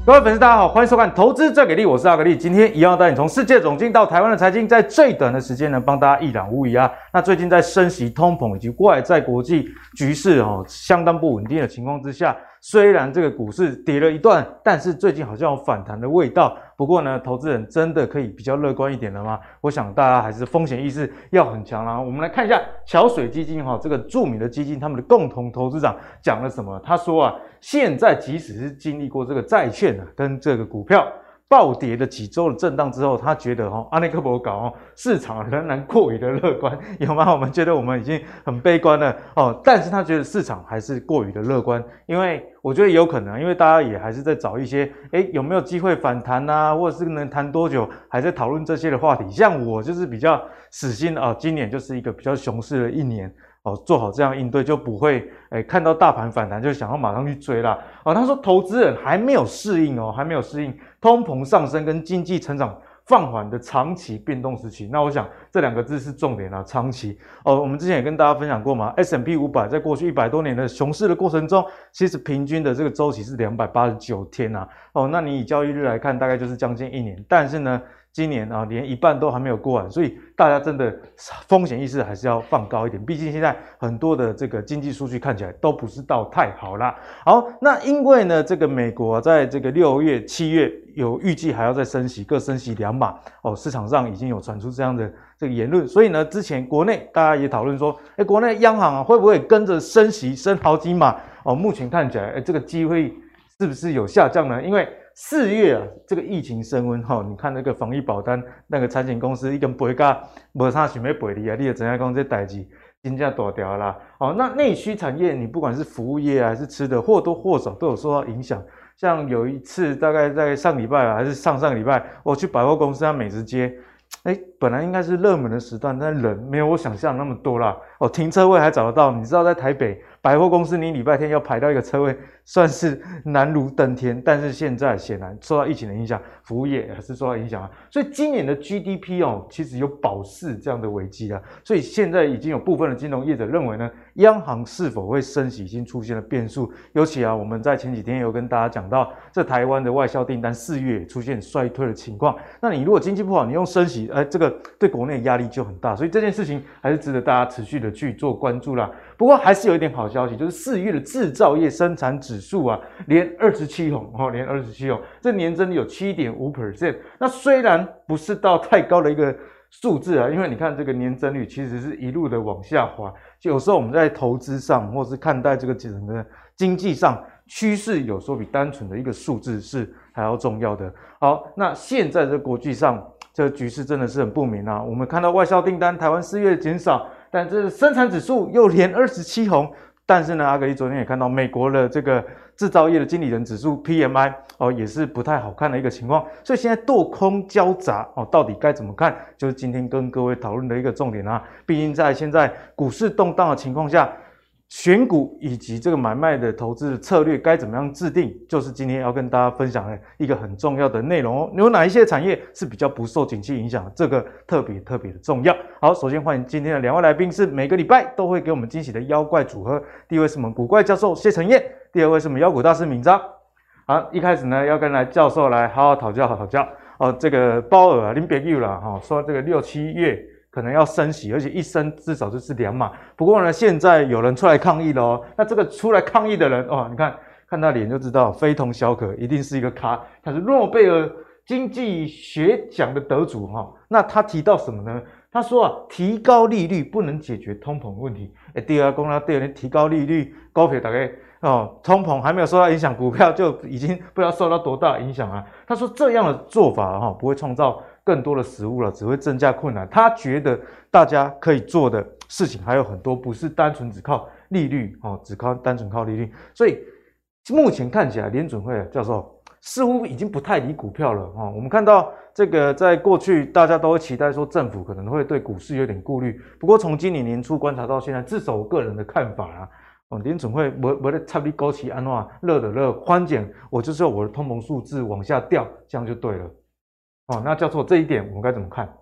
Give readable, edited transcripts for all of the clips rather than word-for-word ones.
各位粉丝，大家好，欢迎收看《投资最给力》，我是阿格力。今天一样带你从世界总经到台湾的财经，在最短的时间呢，帮大家一览无遗啊。那最近在升息、通膨以及外在国际局势相当不稳定的情况之下，虽然这个股市跌了一段，但是最近好像有反弹的味道。不过呢，投资人真的可以比较乐观一点了吗？我想大家还是风险意识要很强啦。我们来看一下桥水基金这个著名的基金，他们的共同投资长讲了什么？他说啊，现在即使是经历过这个债券跟这个股票暴跌的几周的震荡之后，他觉得阿内克伯搞市场仍然过于的乐观，有吗？我们觉得我们已经很悲观了但是他觉得市场还是过于的乐观，因为我觉得有可能，因为大家也还是在找一些有没有机会反弹啊，或者是能弹多久，还在讨论这些的话题。像我就是比较死心今年就是一个比较熊市的一年。做好这样应对，就不会看到大盘反弹就想要马上去追啦。他说投资人还没有适应还没有适应通膨上升跟经济成长放缓的长期变动时期。那我想这两个字是重点啦，长期。我们之前也跟大家分享过嘛 ，S&P 500在过去100多年的熊市的过程中，其实平均的这个周期是289天啊。那你以交易日来看，大概就是将近1年。但是呢，今年连一半都还没有过完，所以大家真的风险意识还是要放高一点。毕竟现在很多的这个经济数据看起来都不是到太好啦。好，那因为呢，这个美国在这个6月、7月有预计还要再升息，各升息2码市场上已经有传出这样的这个言论，所以呢，之前国内大家也讨论说，国内央行会不会跟着升息升好几码？目前看起来，这个机会是不是有下降呢？因为4月这个疫情升温你看那个防疫保单，那个产险公司一根赔价没啥想要赔你啊，你就知道讲这代志真正大条啦。那内需产业，你不管是服务业还是吃的，或多或少都有受到影响。像有一次，大概在上礼拜还是上上礼拜，我去百货公司美食街，本来应该是热门的时段，但人没有我想象那么多啦。停车位还找得到，你知道在台北百货公司，你礼拜天要排到一个车位，算是难如登天。但是现在显然受到疫情的影响，服务业还是受到影响所以今年的 GDP 其实有保四这样的危机所以现在已经有部分的金融业者认为呢，央行是否会升息已经出现了变数。尤其我们在前几天有跟大家讲到，这台湾的外销订单4月出现衰退的情况。那你如果经济不好，你用升息，这个对国内的压力就很大。所以这件事情还是值得大家持续的去做关注啦。不过还是有一点好消息，就是4月的制造业生产指数连27红连27红，这年增率有 7.5%。那虽然不是到太高的一个数字因为你看这个年增率其实是一路的往下滑。就有时候我们在投资上或是看待这个整个经济上趋势，有时候比单纯的一个数字是还要重要的。好，那现在这国际上这个局势真的是很不明我们看到外销订单台湾4月减少，但这生产指数又连27红。但是呢，阿格力昨天也看到美国的这个制造业的经理人指数 PMI 也是不太好看的一个情况。所以现在多空交杂到底该怎么看，就是今天跟各位讨论的一个重点毕竟在现在股市动荡的情况下，选股以及这个买卖的投资的策略该怎么样制定，就是今天要跟大家分享的一个很重要的内容有哪一些产业是比较不受景气影响的，这个特别的重要。好，首先欢迎今天的2位来宾，是每个礼拜都会给我们惊喜的妖怪组合。第一位是我们古怪教授谢承彦，第二位是我们妖股大师闵章。好，一开始呢要跟教授来好好讨教这个鲍尔您别记啦说这个6、7月可能要升息，而且一升至少就是2码。不过呢，现在有人出来抗议了那这个出来抗议的人你看他脸就知道非同小可，一定是一个咖。他是诺贝尔经济学奖的得主那他提到什么呢？他说提高利率不能解决通膨问题。第二公对你提高利率，股票大概通膨还没有受到影响，股票就已经不知道受到多大的影响他说这样的做法不会创造更多的食物了，只会增加困难。他觉得大家可以做的事情还有很多，不是单纯只靠利率单纯靠利率。所以目前看起来联准会教授似乎已经不太理股票了我们看到这个在过去大家都会期待说政府可能会对股市有点顾虑，不过从今年年初观察到现在，至少我个人的看法联准会没在插你枸杞安怎热的热宽减，我就是要我的通膨数字往下掉，这样就对了那教授这一点我们该怎么看？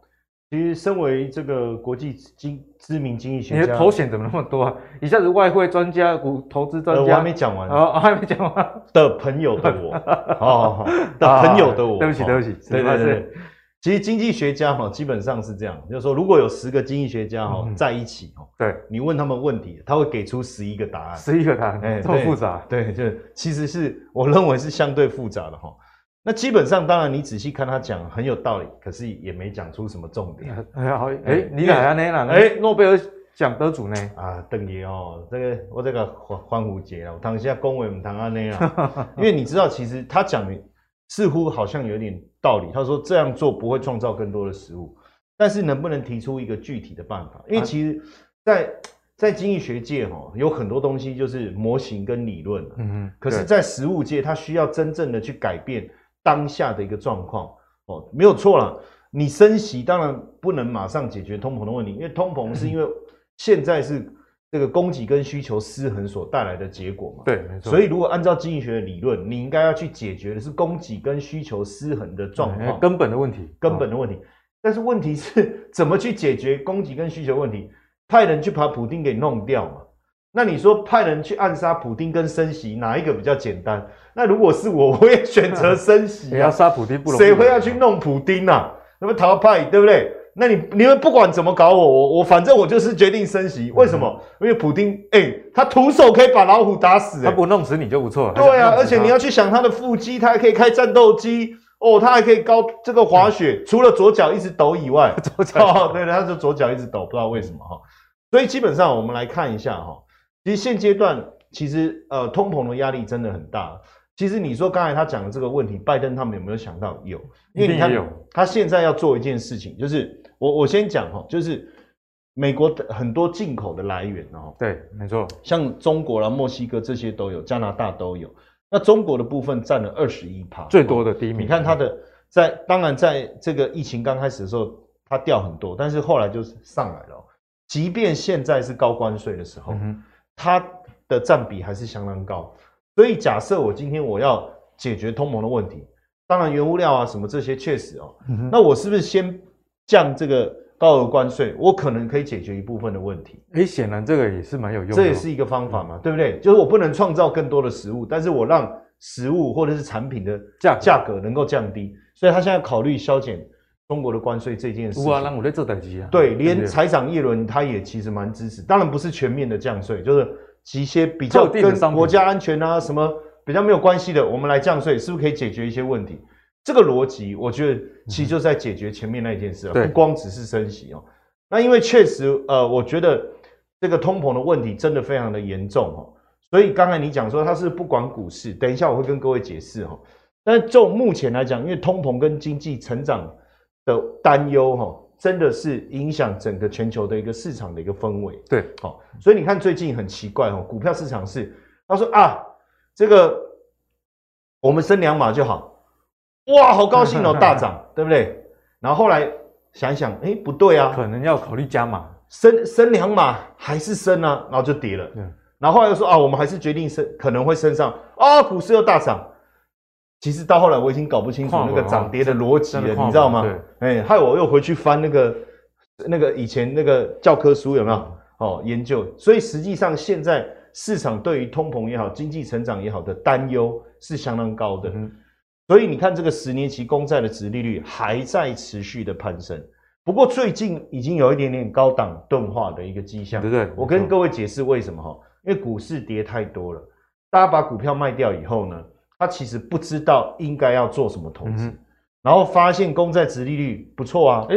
其实身为这个国际知名经济学家， 你的头衔怎么那么多啊？一下子外汇专家、投资专家， 我还没讲完还没讲完的朋友的我，的朋友的我， 对不起， 对。其实经济学家基本上是这样，就是说如果有10个经济学家在一起对， 你问他们问题，他会给出11个答案 ，11个答案，这么复杂？ 对，就其实是我认为是相对复杂的哈。那基本上，当然你仔细看他讲很有道理，可是也没讲出什么重点。 你哪样呢？诺贝尔奖得主呢？ 邓爷我这个欢呼节啊，我当下恭维我们唐安内啊，因为你知道，其实他讲的似乎好像有点道理。他说这样做不会创造更多的食物，但是能不能提出一个具体的办法？因为其实在经济学界有很多东西就是模型跟理论，可是，在实务界，它需要真正的去改变当下的一个状况没有错啦。你升息当然不能马上解决通膨的问题，因为通膨是因为现在是这个供给跟需求失衡所带来的结果嘛。 对，没错。 所以如果按照经济学的理论，你应该要去解决的是供给跟需求失衡的状况， 根本的问题。 但是问题是怎么去解决供给跟需求问题？派人去把普丁给弄掉嘛？那你说派人去暗杀普丁跟升息哪一个比较简单？那如果是我也选择升息要杀普丁不容易， 谁会要去弄普丁啊？那么逃派对不对？那你们不管怎么搞我反正我就是决定升息。为什么？因为普丁他徒手可以把老虎打死， 他不弄死你就不错了。 对啊，而且你要去想他的腹肌，他还可以开战斗机他还可以高这个滑雪，除了左脚一直抖以外，对，他就左脚一直抖，不知道为什么所以基本上我们来看一下其实现阶段其实通膨的压力真的很大。其实你说刚才他讲的这个问题，拜登他们有没有想到？有，因为你看他现在要做一件事情，就是我先讲就是美国的很多进口的来源对，没错， 像中国啦、墨西哥这些都有，加拿大都有。那中国的部分占了21%， 最多的第一名。 你看它的当然在这个疫情刚开始的时候，它掉很多，但是后来就是上来了。即便现在是高关税的时候，它的占比还是相当高。所以假设我今天我要解决通膨的问题，当然原物料啊什么这些确实那我是不是先降这个高额关税，我可能可以解决一部分的问题？ 显然这个也是蛮有用的， 这也是一个方法嘛，对不对？就是我不能创造更多的食物，但是我让食物或者是产品的价格能够降低，所以他现在考虑削减中国的关税这件事情。 让我在做代志啊。 对，连财长耶伦他也其实蛮支持，当然不是全面的降税，就是一些比较跟国家安全啊什么比较没有关系的，我们来降税，是不是可以解决一些问题？这个逻辑，我觉得其实就在解决前面那一件事不光只是升息那因为确实，我觉得这个通膨的问题真的非常的严重所以刚才你讲说它是不管股市，等一下我会跟各位解释但是就目前来讲，因为通膨跟经济成长的担忧真的是影响整个全球的一个市场的一个氛围。 对， 所以你看最近很奇怪股票市场是他说这个我们升2码就好，哇，好高兴大涨，对不对？然后后来想一想，不对啊， 可能要考虑加码， 升2码还是升啊，然后就跌了。然后后来又说我们还是决定可能会升上股市又大涨。其实到后来我已经搞不清楚那个涨跌的逻辑了，你知道吗？害我又回去翻那个以前那个教科书有没有研究？所以实际上现在市场对于通膨也好、经济成长也好的担忧是相当高的。所以你看这个10年期公债的殖利率还在持续的攀升，不过最近已经有一点点高档钝化的一个迹象。 对， 我跟各位解释为什么因为股市跌太多了，大家把股票卖掉以后呢，他其实不知道应该要做什么投资，然后发现公债殖利率不错啊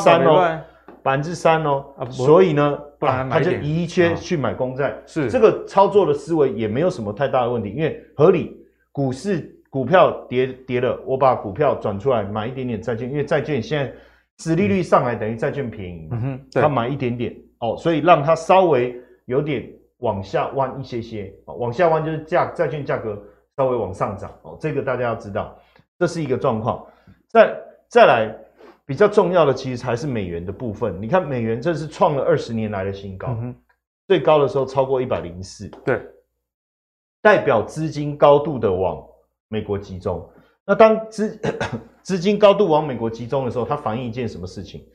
，3%所以呢，他就一切去买公债。是这个操作的思维也没有什么太大的问题，因为合理，股票跌了，我把股票转出来买一点点债券，因为债券现在殖利率上来等于债券便宜，他买一点点所以让它稍微有点往下弯一些，往下弯就是债券价格稍微往上涨这个大家要知道，这是一个状况。再来比较重要的其实还是美元的部分，你看美元这是创了20年来的新高，最高的时候超过104，对，代表资金高度的往美国集中。那当资金高度往美国集中的时候，它反映一件什么事情？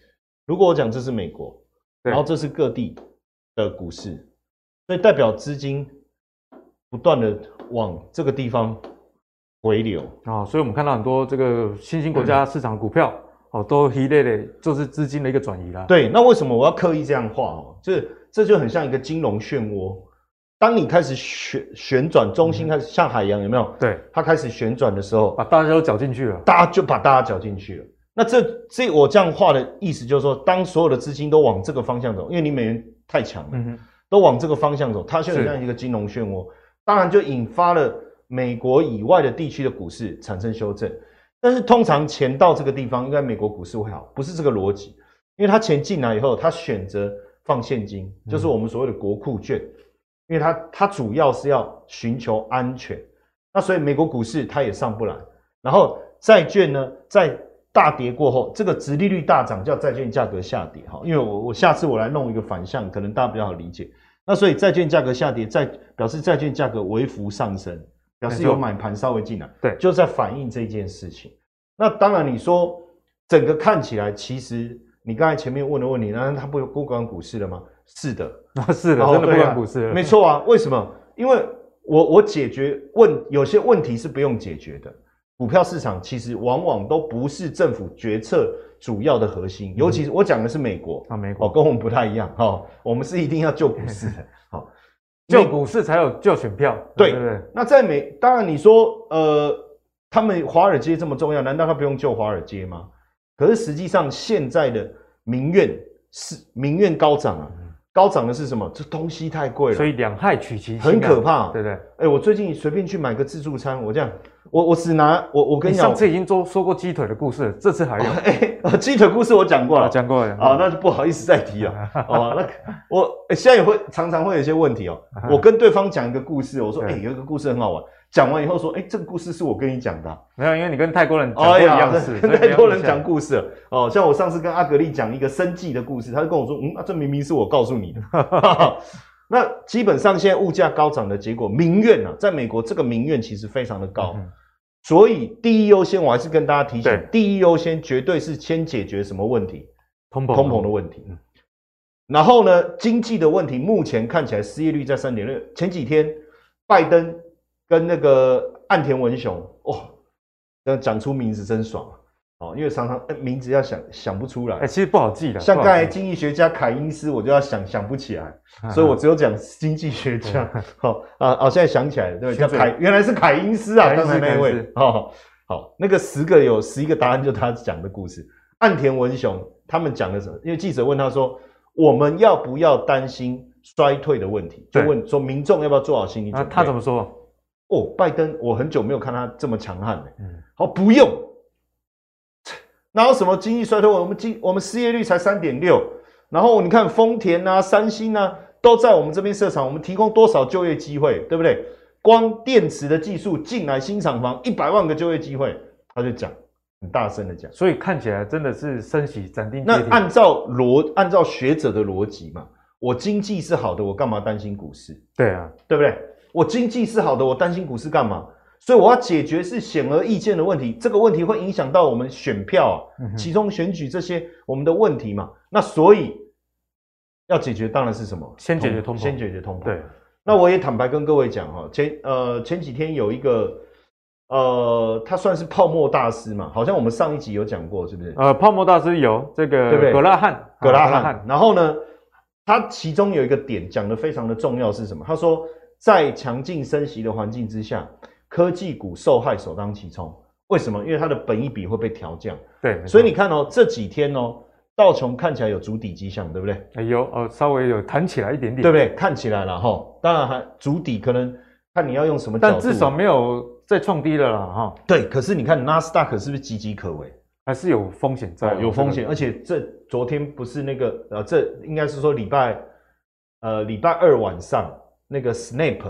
如果我讲这是美国，然后这是各地的股市，所以代表资金不断的往这个地方回流所以我们看到很多这个新兴国家市场股票都一类的，就是资金的一个转移啦。 对，那为什么我要刻意这样画这就很像一个金融漩涡。当你开始旋转，中心开始像海洋，有没有？ 对， 它开始旋转的时候， 把大家都搅进去了， 大家就把大家搅进去了。那这我这样画的意思就是说，当所有的资金都往这个方向走，因为你美元太强了，都往这个方向走，它就很像一个金融漩涡，当然就引发了美国以外的地区的股市产生修正。但是通常钱到这个地方，应该美国股市会好，不是这个逻辑，因为它钱进来以后，它选择放现金，就是我们所谓的国库券。因为它主要是要寻求安全，那所以美国股市它也上不来，然后债券呢在大跌过后，这个殖利率大涨叫债券价格下跌哈，因为我下次我来弄一个反向，可能大家比较好理解。那所以债券价格下跌，表示债券价格微幅上升，表示有买盘稍微进来， 对， 就在反映这件事情。那当然你说整个看起来，其实你刚才前面问的问题，那它不管股市了吗？是的， 是的，真的不管股市了， 没错啊。为什么？因为我解决有些问题是不用解决的。股票市场其实往往都不是政府决策主要的核心，尤其是我讲的是美国美国跟我们不太一样我们是一定要救股市的救股市才有救选票， 对不对？那在当然你说他们华尔街这么重要，难道他不用救华尔街吗？可是实际上现在的民怨高涨啊。高涨的是什么？这东西太贵了， 所以两害取其轻， 很可怕， 对不对？ 我最近随便去买个自助餐，我这样，我只拿我跟你讲， 上次已经说过鸡腿的故事，这次还有鸡腿故事我讲过了， 讲过了那就不好意思再提了那我现在也会常常会有一些问题我跟对方讲一个故事，我说有一个故事很好玩。讲完以后说，这个故事是我跟你讲的没有，因为你跟泰国人讲过一样的事， 跟泰国人讲故事了像我上次跟阿格力讲一个生计的故事，他就跟我说，这明明是我告诉你的。那基本上现在物价高涨的结果，民怨在美国这个民怨其实非常的高，所以第一优先我还是跟大家提醒，第一优先绝对是先解决什么问题？通膨的问题。然后呢，经济的问题目前看起来失业率在 3.6%， 前几天拜登跟那个岸田文雄讲出名字真爽因为常常名字要想不出来其实不好记的。 像刚才经济学家凯因斯，我就要想不起来，所以我只有讲经济学家。现在想起来了，对，叫原来是凯因斯啊，刚才那位。好，那个10个有11个答案，就他讲的故事。岸田文雄他们讲的什么？因为记者问他说，我们要不要担心衰退的问题？就问说民众要不要做好心理准备？ 他怎么说？ 拜登，我很久没有看他这么强悍了。不用，哪有什么经济衰退？我们失业率才 3.6%， 然后你看丰田啊、三星啊，都在我们这边设厂，我们提供多少就业机会，对不对？光电池的技术进来新厂房100万个就业机会，他就讲，很大声的讲。 所以看起来真的是升息斩钉截铁。 那按照学者的逻辑嘛，我经济是好的，我干嘛担心股市？ 对啊， 对不对？我经济是好的，我担心股市干嘛？所以我要解决是显而易见的问题，这个问题会影响到我们选票其中选举这些我们的问题嘛。那所以要解决当然是什么？ 先解决通膨。 对， 那我也坦白跟各位讲前几天有一个他算是泡沫大师嘛，好像我们上一集有讲过，是不是？ 泡沫大师有这个，对不对？葛拉汉。 然后呢，他其中有一个点讲得非常的重要是什么？他说，在强劲升息的环境之下，科技股受害首当其冲。为什么？因为它的本益比会被调降。 对， 所以你看这几天道琼看起来有筑底迹象，对不对？ 有稍微有弹起来一点点， 对不对？看起来了当然还筑底，可能看你要用什么角度， 但至少没有再创低了啦对，可是你看纳斯达克是不是岌岌可危？ 还是有风险在， 有风险，而且昨天不是那个这应该是说礼拜二晚上那个 Snap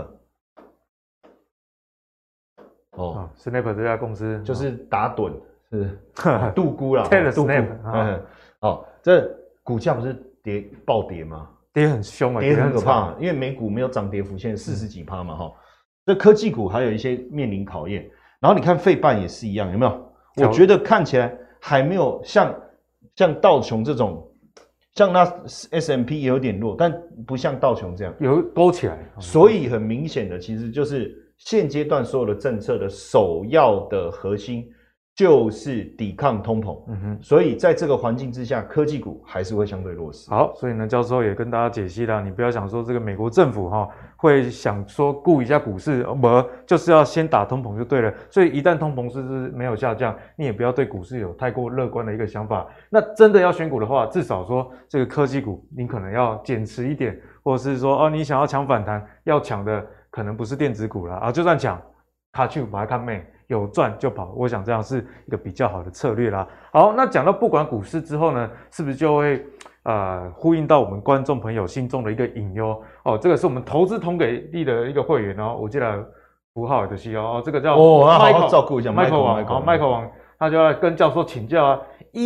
Snap 这家公司就是打盹是杜姑啦 ，Snap 这股价不是暴跌吗？ 跌很凶跌很可怕，因为美股没有涨跌幅线40几%嘛这科技股还有一些面临考验，然后你看费半也是一样，有没有？我觉得看起来还没有像道琼这种像那 S&P 也有点弱，但不像道琼这样有勾起来。 所以很明显的，其实就是现阶段所有的政策的首要的核心就是抵抗通膨。所以在这个环境之下，科技股还是会相对弱势。 好，所以呢，教授也跟大家解析了，你不要想说这个美国政府会想说顾一下股市，就是要先打通膨就对了。所以一旦通膨是没有下降，你也不要对股市有太过乐观的一个想法。那真的要选股的话，至少说这个科技股你可能要减持一点，或者是说你想要抢反弹，要抢的可能不是电子股了啊，就算抢，卡去把它看妹。有赚就跑，我想这样是一个比较好的策略啦。好，那讲到不管股市之后呢，是不是就会呼应到我们观众朋友心中的一个隐忧哦？这个是我们投资同给力的一个会员哦，我记得符号的是这个叫好好照顾一下 Michael 王，Michael 王，他就要跟教授请教啊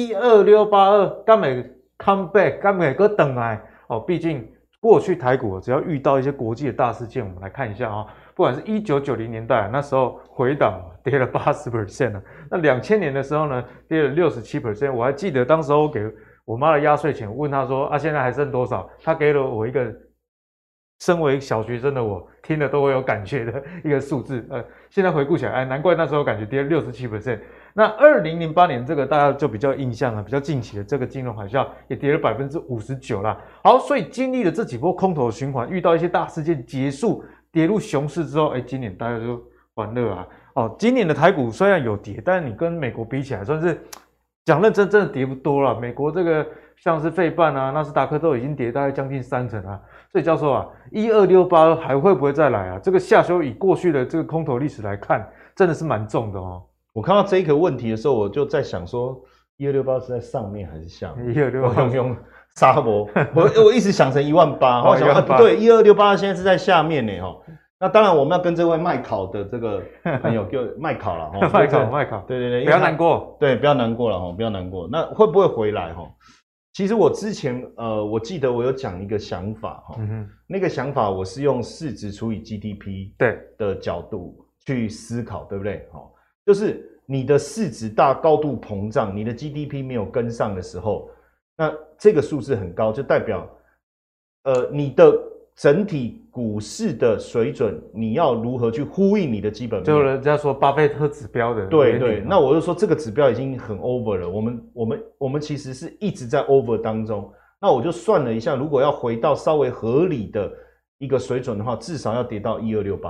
，12682敢会 come back， 敢会搁等来哦？毕竟过去台股只要遇到一些国际的大事件，我们来看一下不管是1990年代那时候回档跌了80%了，那2000年的时候呢跌了67%，我还记得当时候给我妈的压岁钱，问她说现在还剩多少？她给了我一个身为小学生的我听了都会有感觉的一个数字，现在回顾起来，难怪那时候感觉跌了67%。那2008年这个大家就比较印象了，比较近期的这个金融海啸也跌了59%啦。好，所以经历了这几波空头循环，遇到一些大事件结束，跌入熊市之后，今年大家就欢乐啊。今年的台股虽然有跌，但是你跟美国比起来，算是讲认真的跌不多了。美国这个像是费半纳斯达克都已经跌大概将近30%啊。所以教授12682还会不会再来啊？这个下修以过去的这个空头历史来看，真的是蛮重的哦。 我看到这个问题的时候，我就在想说，12682是在上面还是下面？12682用沙博，我一直想成18000，我想不对，12682现在是在下面呢那当然我们要跟这位卖考的这个朋友就卖考了卖考， 对， 不要难过， 对，不要难过了不要难过。那会不会回来其实我之前我记得我有讲一个想法那个想法我是用市值除以 GDP 的角度去思考，对不对？就是你的市值高度膨胀，你的 GDP 没有跟上的时候，那这个数字很高，就代表你的整体股市的水准，你要如何去呼应你的基本面？ 就人家说巴菲特指标的， 对，那我就说这个指标已经很 over 了，我们其实是一直在 over 当中。那我就算了一下，如果要回到稍微合理的一个水准的话，至少要跌到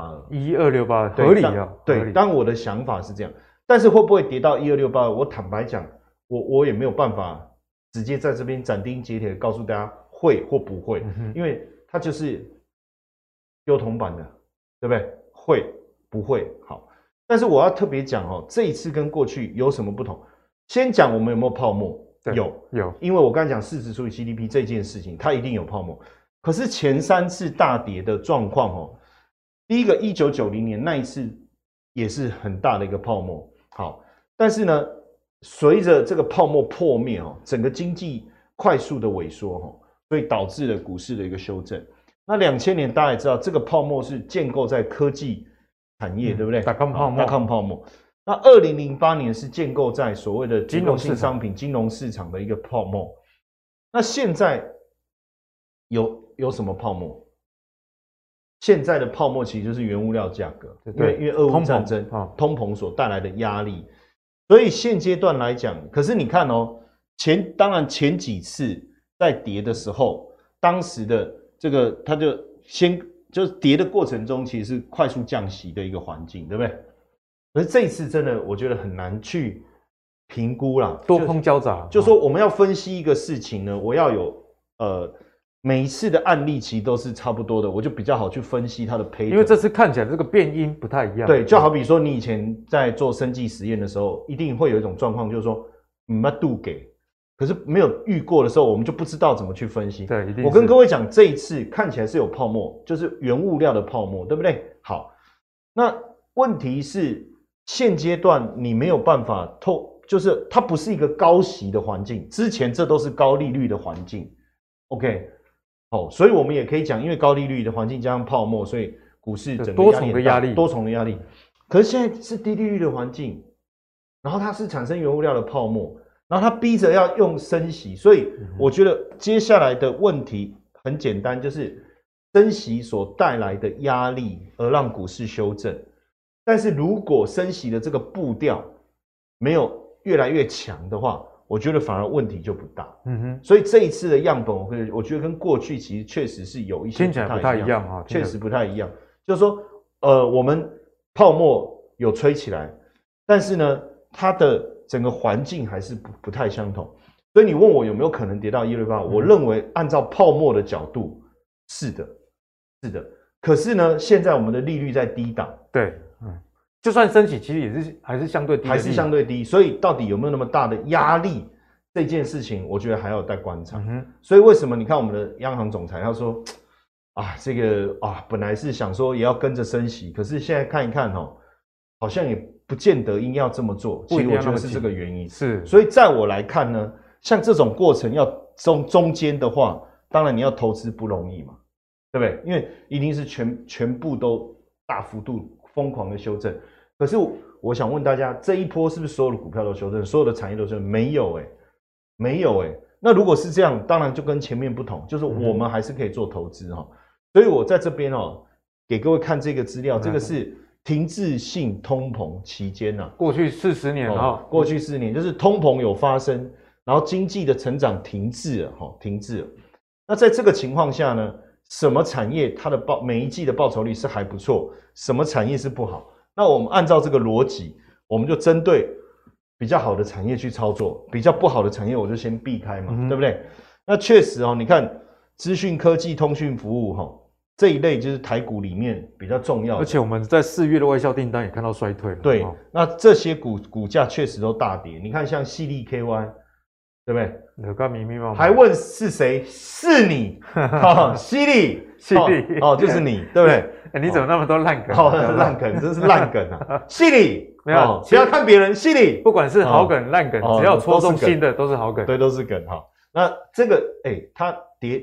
12682， 合理啊。 对，当然我的想法是这样，但是会不会跌到12682？我坦白讲，我也没有办法直接在这边斩钉截铁的告诉大家会或不会，因为它就是优铜板的，对不对？会不会好？但是我要特别讲这一次跟过去有什么不同？先讲我们有没有泡沫？有，因为我刚才讲市值除以 GDP 这件事情，它一定有泡沫。可是前3次大跌的状况第一个1990年那一次也是很大的一个泡沫。好，但是呢，随着这个泡沫破灭整个经济快速的萎缩所以导致了股市的一个修正。那2000年大家也知道，这个泡沫是建构在科技产业，对不对？ 大康泡沫。那2008年是建构在所谓的金融性商品、金融市场的一个泡沫。那现在有什么泡沫？现在的泡沫其实就是原物料价格，因为俄乌战争通膨所带来的压力。所以现阶段来讲，可是你看当然前几次在跌的时候，当时的这个它就是跌的过程中，其实是快速降息的一个环境，对不对？可是这一次真的，我觉得很难去评估啦， 多空交杂。 就说我们要分析一个事情呢，我要有每一次的案例其实都是差不多的，我就比较好去分析它的pattern。 因为这次看起来这个变因不太一样。 对，就好比说你以前在做生技实验的时候，一定会有一种状况，就是说你们度给，可是没有遇过的时候，我们就不知道怎么去分析。 对，一定。 我跟各位讲，这一次看起来是有泡沫，就是原物料的泡沫，对不对？好，那问题是现阶段你没有办法就是它不是一个高息的环境，之前这都是高利率的环境 ，OK。所以我们也可以讲，因为高利率的环境加上泡沫，所以股市整个多重的压力。可是现在是低利率的环境，然后它是产生原物料的泡沫，然然后他逼着要用升息，所以我觉得接下来的问题很简单，就是升息所带来的压力而让股市修正。但是如果升息的这个步调没有越来越强的话，我觉得反而问题就不大。所以这一次的样本，我觉得跟过去其实确实是有一些听起来不太一样啊， 确实不太一样。就是说，我们泡沫有吹起来，但是呢，它的整个环境还是不太相同。所以你问我有没有可能跌到168，我认为按照泡沫的角度，是的。可是呢，现在我们的利率在低档， 对，就算升息，其实还是相对低， 还是相对低。所以到底有没有那么大的压力，这件事情，我觉得还要再观察。所以为什么你看我们的央行总裁他说啊，这个啊，本来是想说也要跟着升息，可是现在看一看好像也不见得应该要这么做。其实我觉得是这个原因。 是， 所以在我来看呢，像这种过程要中间的话，当然你要投资不容易嘛，对不对？因为一定是全部都大幅度疯狂的修正。可是我想问大家，这一波是不是所有的股票都修正，所有的产业都修正？没有没有那如果是这样，当然就跟前面不同，就是我们还是可以做投资所以我在这边给各位看这个资料，这个是停滞性通膨期间过去40年过去4年就是通膨有发生，然后经济的成长停滞了停滞了。那在这个情况下呢，什么产业它的每一季的报酬率是还不错，什么产业是不好？那我们按照这个逻辑，我们就针对比较好的产业去操作，比较不好的产业我就先避开嘛，对不对？那确实你看资讯科技、通讯服务这一类就是台股里面比较重要的， 而且我们在4月的外销订单也看到衰退了。 对，那这些股价确实都大跌。你看像矽力 KY， 对不对？还问是谁？是你矽力就是你，对不对？ 你怎么那么多烂梗？ 烂梗，真是烂梗啊！矽力没有，不要看别人矽力， 不管是好梗烂梗，只要戳中心的都是好梗， 对，都是梗那这个它跌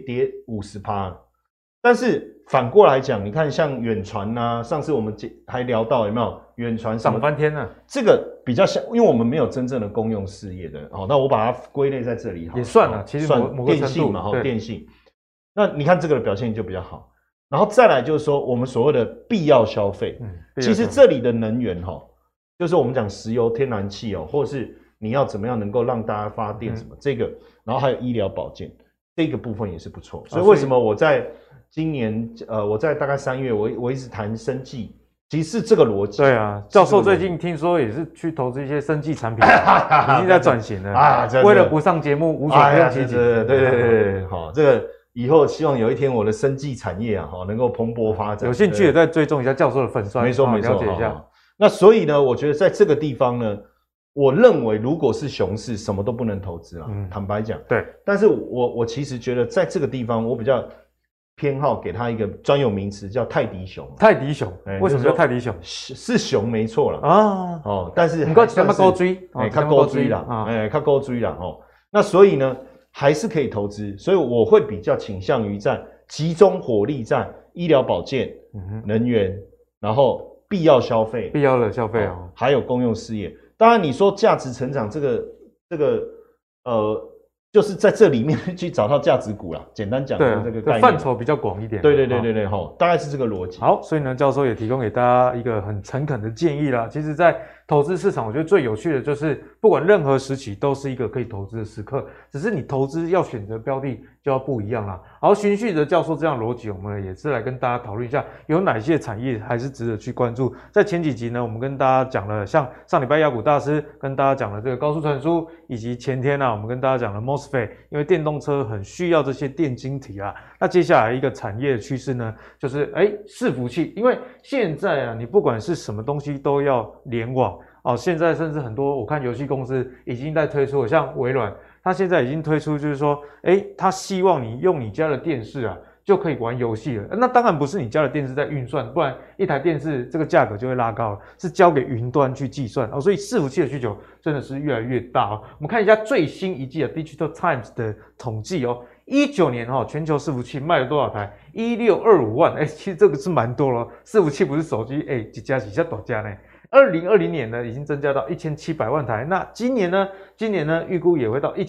50%，但是反过来讲，你看像远传上次我们还聊到有没有远传涨翻天了？ 这个比较像，因为我们没有真正的公用事业的那我把它归类在这里也算了，其实算电信嘛电信。那你看这个的表现就比较好。然后再来就是说，我们所谓的必要消费，其实这里的能源就是我们讲石油、天然气或是你要怎么样能够让大家发电什么这个，然后还有医疗保健这个部分也是不错。所以为什么我在今年我在大概3月我一直谈生技，其实是这个逻辑。 对啊，教授最近听说也是去投资一些生技产品，已经在转型了为了不上节目，无所不用其极。 对，好，这个。以后希望有一天我的生技产业能够蓬勃发展。 有兴趣也再追踪一下教授的粉专， 没错， 了解一下。 那所以呢，我觉得在这个地方呢，我认为如果是熊市，什么都不能投资了。坦白讲， 对。 但是我其实觉得在这个地方，我比较偏好给它一个专有名词，叫泰迪熊。 泰迪熊，为什么叫泰迪熊？ 是熊没错了但是你讲什么高追？ 较高追啦，较高追啦那所以呢？还是可以投资，所以我会比较倾向于在集中火力在医疗保健、能源，然后必要消费、 必要的消费还有公用事业。当然，你说价值成长这个就是在这里面去找到价值股啦。简单讲，这个概念范畴比较广一点。 对，大概是这个逻辑。 好，所以呢，教授也提供给大家一个很诚恳的建议啦。其实，在投资市场，我觉得最有趣的就是，不管任何时期都是一个可以投资的时刻，只是你投资要选择标的就要不一样啦。好，循序的教授这样逻辑，我们也是来跟大家讨论一下，有哪些产业还是值得去关注。在前几集呢，我们跟大家讲了，像上礼拜亚股大师跟大家讲了这个高速传输，以及前天我们跟大家讲了 MOSFET， 因为电动车很需要这些电晶体那接下来一个产业的趋势呢，就是伺服器，因为现在你不管是什么东西都要联网。现在甚至很多我看游戏公司已经在推出，像微软，它现在已经推出，就是说，它希望你用你家的电视就可以玩游戏了。那当然不是你家的电视在运算，不然一台电视这个价格就会拉高了，是交给云端去计算所以伺服器的需求真的是越来越大我们看一下最新一季的 Digital Times 的统计19年全球伺服器卖了多少台？1625万，其实这个是蛮多了。伺服器不是手机，几家大家呢 ，2020年呢已经增加到1700万台，那今年呢预估也会到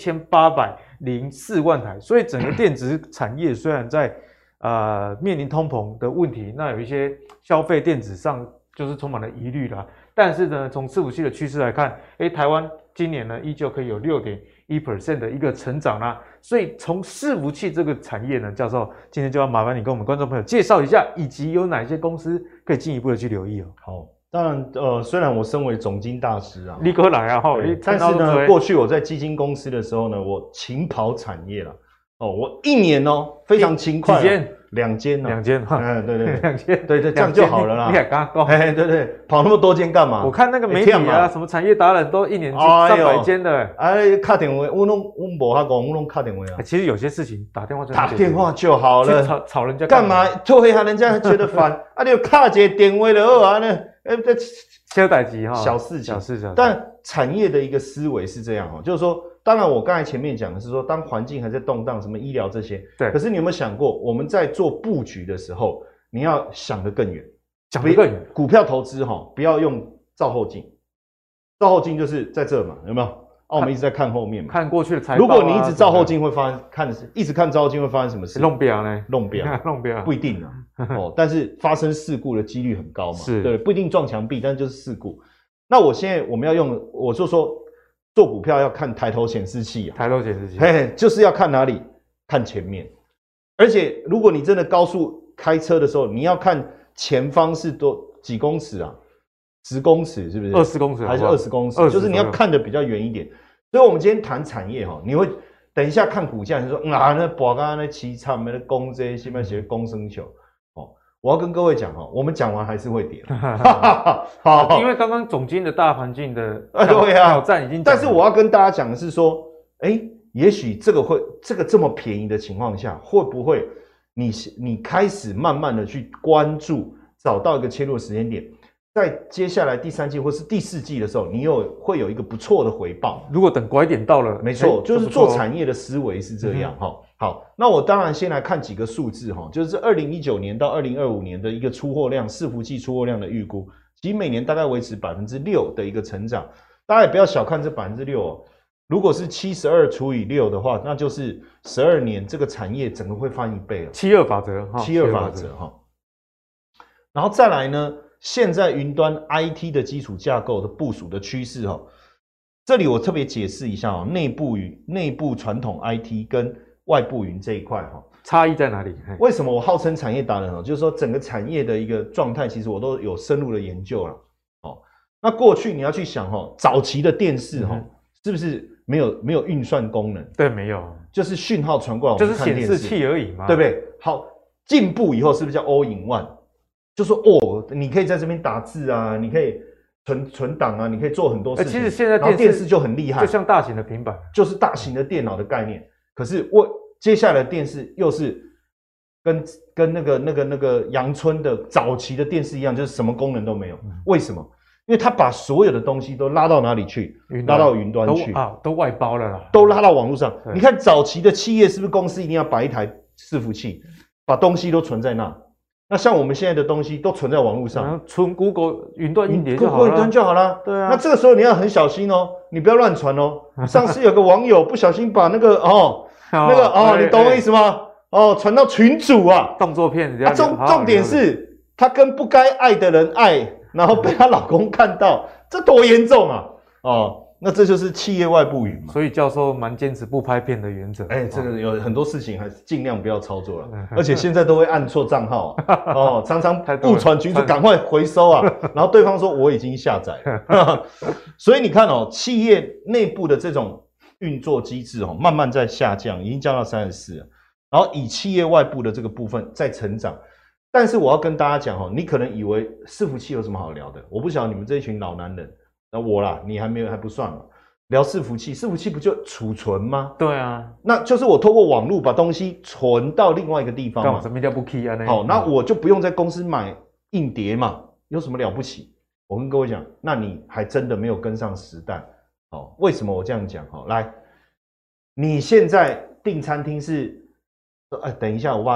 1804万台，所以整个电子产业虽然在面临通膨的问题，那有一些消费电子上就是充满了疑虑啦。但是呢，从伺服器的趋势来看，台湾今年呢依旧可以有6.1% 的一个成长啦。所以从伺服器这个产业呢，教授今天就要麻烦你跟我们观众朋友介绍一下，以及有哪些公司可以进一步的去留意哦。 好，当然虽然我身为总经大师啊， 你过来啊哈， 但是呢，过去我在基金公司的时候呢，我勤跑产业了。我一年非常勤快， 几间 ？2间呢 ？2间， 对对 ，2间， 对，这样就好了啦。 你还刚刚对，跑那么多间干嘛？ 我看那个媒体啊，什么产业达人都一年300间的。 打电话，我没他讲，我拢打电话啊。 其实有些事情打电话就好了， 吵人家干嘛？对啊，人家觉得烦啊，你有卡一个电话就好啊呢。 小代志哈， 小事情。但产业的一个思维是这样就是说。当然，我刚才前面讲的是说，当环境还在动荡，什么医疗这些， 对。 可是你有没有想过，我们在做布局的时候，你要想得更远， 想得更远。 股票投资不要用照后镜，照后镜就是在这嘛，有没有？我们一直在看后面嘛， 看过去的财报。 如果你一直照后镜，会发生一直看照后镜会发生什么事？ 弄表呢？ 弄表不一定啊。但是发生事故的几率很高嘛，对，不一定撞墙壁，但是就是事故。那我们要用，我就说。做股票要看抬头显示器抬头显示器， 就是要看哪里？看前面。而且，如果你真的高速开车的时候，你要看前方是几公尺啊？10公尺是不是 ？20公尺还是20公尺？就是你要看得比较远一点。所以，我们今天谈产业你会等一下看股价，你说那博刚那凄惨，那公这些什么写公生球我要跟各位讲我们讲完还是会跌。 好，因为刚刚总经的大环境的挑战已经， 但是我要跟大家讲的是说，也许这个这么便宜的情况下，会不会你开始慢慢的去关注，找到一个切入时间点，在接下来第3季或是第4季的时候，你会有一个不错的回报。 如果等拐点到了， 没错，就是做产业的思维是这样好，那我当然先来看几个数字就是2019年到2025年的一个出货量，伺服器出货量的预估，其实每年大概维持6%的一个成长。大家也不要小看这6%如果是72除以6的话，那就是12年这个产业整个会翻1倍了。 72法则 72法则然后再来呢，现在云端 IT 的基础架构的部署的趋势这里我特别解释一下内部传统 IT 跟外部云这一块差异在哪里？ 为什么我号称产业达人就是说整个产业的一个状态，其实我都有深入的研究了那过去你要去想早期的电视是不是没有运算功能？ 对，没有， 就是讯号传过来， 就是显示器而已嘛， 对不对？好，进步以后是不是叫 all in one？ 就说你可以在这边打字啊，你可以存档啊，你可以做很多事情。 其实现在电视就很厉害， 就像大型的平板， 就是大型的电脑的概念。可是接下来的电视又是跟那个阳春的早期的电视一样，就是什么功能都没有。为什么？因为他把所有的东西都拉到哪里去？拉到云端去都外包了啦， 都拉到网络上。你看早期的企业是不是公司一定要摆一台伺服器，把东西都存在那？那像我们现在的东西都存在网络上， 存 Google 云端硬碟就好了，Google 云端就好了。对啊，那这个时候你要很小心你不要乱传上次有个网友不小心把你懂我意思吗？传到群组动作片重点是她跟不该爱的人爱，然后被她老公看到，这多严重啊！那这就是企业外部云嘛。 所以教授蛮坚持不拍片的原则。 这个有很多事情还是尽量不要操作了，而且现在都会按错账号常常误传群组，赶快回收然后对方说我已经下载了。所以你看企业内部的这种运作机制慢慢在下降，已经降到34了。然后以企业外部的这个部分在成长。但是我要跟大家讲你可能以为伺服器有什么好聊的，我不晓得你们这一群老男人。那我啦，你还不算嘛？聊伺服器不就储存吗？ 对啊， 那就是我透过网络把东西存到另外一个地方嘛。 什么叫不 key 啊？ 好，那我就不用在公司买硬碟嘛，有什么了不起？我跟各位讲，那你还真的没有跟上时代。为什么我这样讲？来，你现在订餐厅是，等一下，我把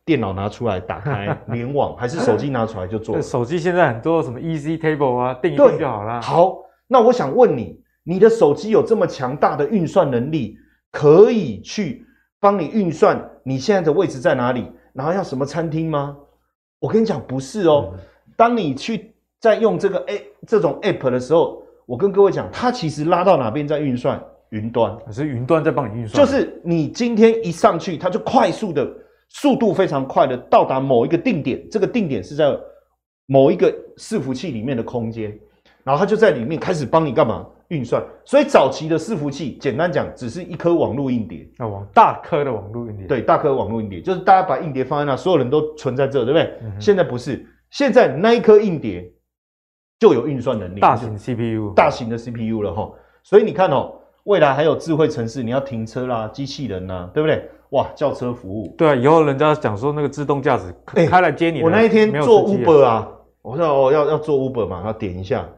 电脑拿出来打开联网，还是手机拿出来就做？ 手机现在很多什么 Easy Table 啊，订一订就好啦。 好，那我想问你，你的手机有这么强大的运算能力，可以去帮你运算你现在的位置在哪里，然后要什么餐厅吗？我跟你讲，不是哦。当你去在用这个这种 App 的时候，我跟各位讲，它其实拉到哪边在运算？云端， 是云端在帮你运算。 就是你今天一上去，它就快速的、速度非常快的到达某一个定点，这个定点是在某一个伺服器里面的空间，然后它就在里面开始帮你干嘛？运算。所以早期的伺服器，简单讲，只是一颗网络硬碟， 大颗的网络硬碟。 对，大颗网络硬碟，就是大家把硬碟放在那，所有人都存在这，对不对？现在不是，现在那一颗硬碟就有运算能力， 大型 CPU， 大型的 CPU 了哈。所以你看哦。未来还有智慧城市，你要停车啦、机器人啦，对不对？哇，叫车服务。 对啊，以后人家讲说那个自动驾驶开来接你。 我那一天做 Uber 啊，我说要做 Uber 嘛，然后点一下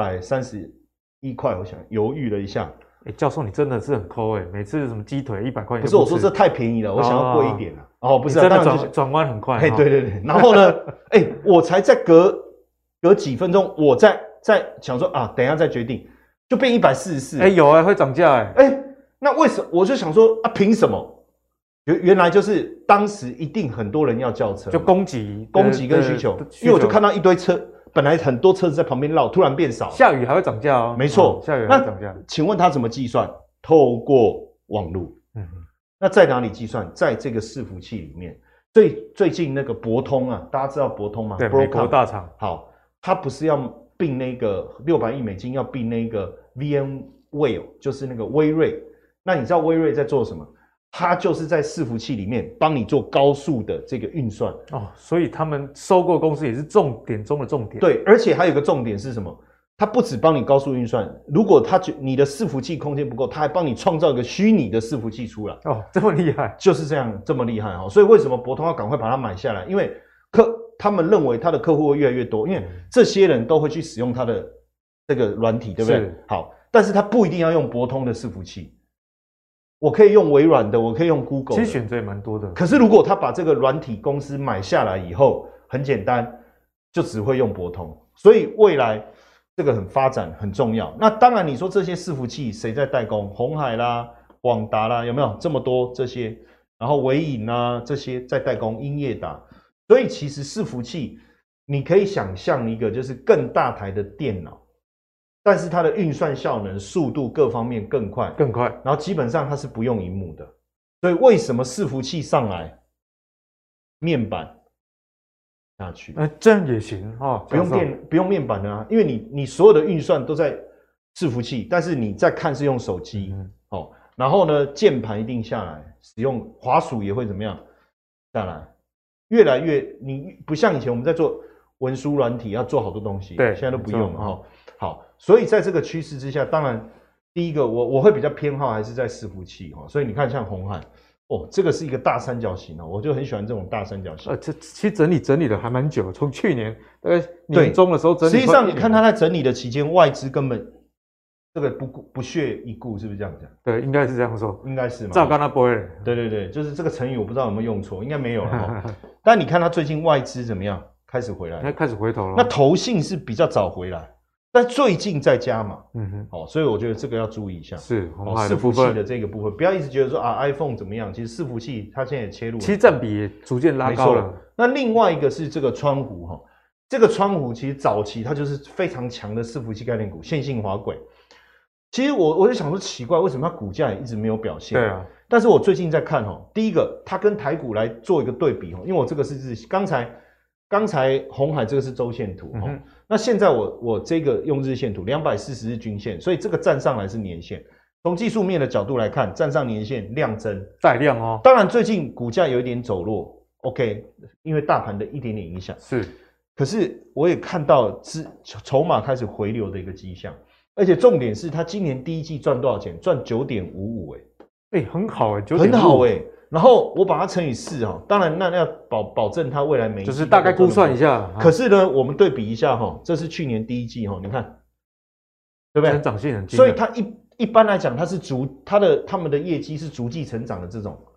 131块，我想犹豫了一下。 教授你真的是很抠每次什么鸡腿100块， 不是我说这太便宜了，我想要贵一点了。不是， 真的转弯很快。 对。然后呢，我才在隔几分钟，我在想说啊，等一下再决定。就变144， 有会涨价那为什么？我就想说啊，凭什么？原来就是当时一定很多人要叫车， 就供给跟需求，因为我就看到一堆车，本来很多车子在旁边绕，突然变少， 下雨还会涨价哦。 没错， 下雨还会涨价。 请问他怎么计算？透过网路。那在哪里计算？在这个伺服器里面。最近那个博通啊，大家知道博通吗？ 对，美国大厂。 好，他不是要并那个$600亿要并那个 VMware， 就是那个微瑞。那你知道微瑞在做什么？它就是在伺服器里面帮你做高速的这个运算所以他们收购公司也是重点中的重点。 对，而且还有一个重点是什么？它不只帮你高速运算，如果你的伺服器空间不够，它还帮你创造一个虚拟的伺服器出来。 这么厉害， 就是这样，这么厉害所以为什么博通要赶快把它买下来？因为他们认为他的客户会越来越多，因为这些人都会去使用他的这个软体，对不对？好，但是他不一定要用博通的伺服器，我可以用微软的，我可以用 Google 的， 其实选择也蛮多的。 可是如果他把这个软体公司买下来以后，很简单，就只会用博通，所以未来这个发展很重要。那当然，你说这些伺服器谁在代工？鸿海啦、广达啦，有没有这么多这些？然后微影啊这些在代工，英业达。所以其实伺服器，你可以想象一个就是更大台的电脑，但是它的运算效能、速度各方面更快，然后基本上它是不用萤幕的。所以为什么伺服器上来，面板下去？ 这样也行不用面板的啊，因为你所有的运算都在伺服器，但是你在看是用手机然后呢，键盘一定下来，使用滑鼠也会怎么样下来？越来越，你不像以前我们在做文书软体要做好多东西， 对， 现在都不用了好，所以在这个趋势之下，当然第一个我会比较偏好还是在伺服器所以你看像鸿海这个是一个大三角形我就很喜欢这种大三角形。 这其实整理了还蛮久，从去年大概年中的时候整理。 实际上你看它在整理的期间，外资根本这个不屑一顾，是不是这样讲？ 对，应该是这样说， 应该是嘛。 照刚他不会。 对，就是这个成语我不知道有没有用错，应该没有了但你看它最近外资怎么样？开始回来了， 它开始回头了。 那投信是比较早回来，但最近在加码，所以我觉得这个要注意一下。 是伺服器的这个部分，不要一直觉得说iPhone 怎么样，其实伺服器它现在也切入了， 其实占比也逐渐拉高了。 那另外一个是这个川湖这个川湖其实早期它就是非常强的伺服器概念股，线性滑轨。其实我就想说奇怪，为什么它股价也一直没有表现？ 对啊。 但是我最近在看第一个它跟台股来做一个对比因为我这个是刚才鸿海这个是周线图那现在我这个用日线图240日均线，所以这个站上来是年线。从技术面的角度来看，站上年线量增带量当然最近股价有一点走弱 ，OK， 因为大盘的一点点影响是。 可是我也看到筹码开始回流的一个迹象。而且重点是，它今年第一季赚多少钱？赚9.55 很好很好然后我把它乘以4当然那要保证它未来每一季就是大概估算一下。 可是呢，我们对比一下这是去年第一季你看，对不对？ 成长性很惊人。 所以它一般来讲，它是他们的业绩是逐季成长的这种，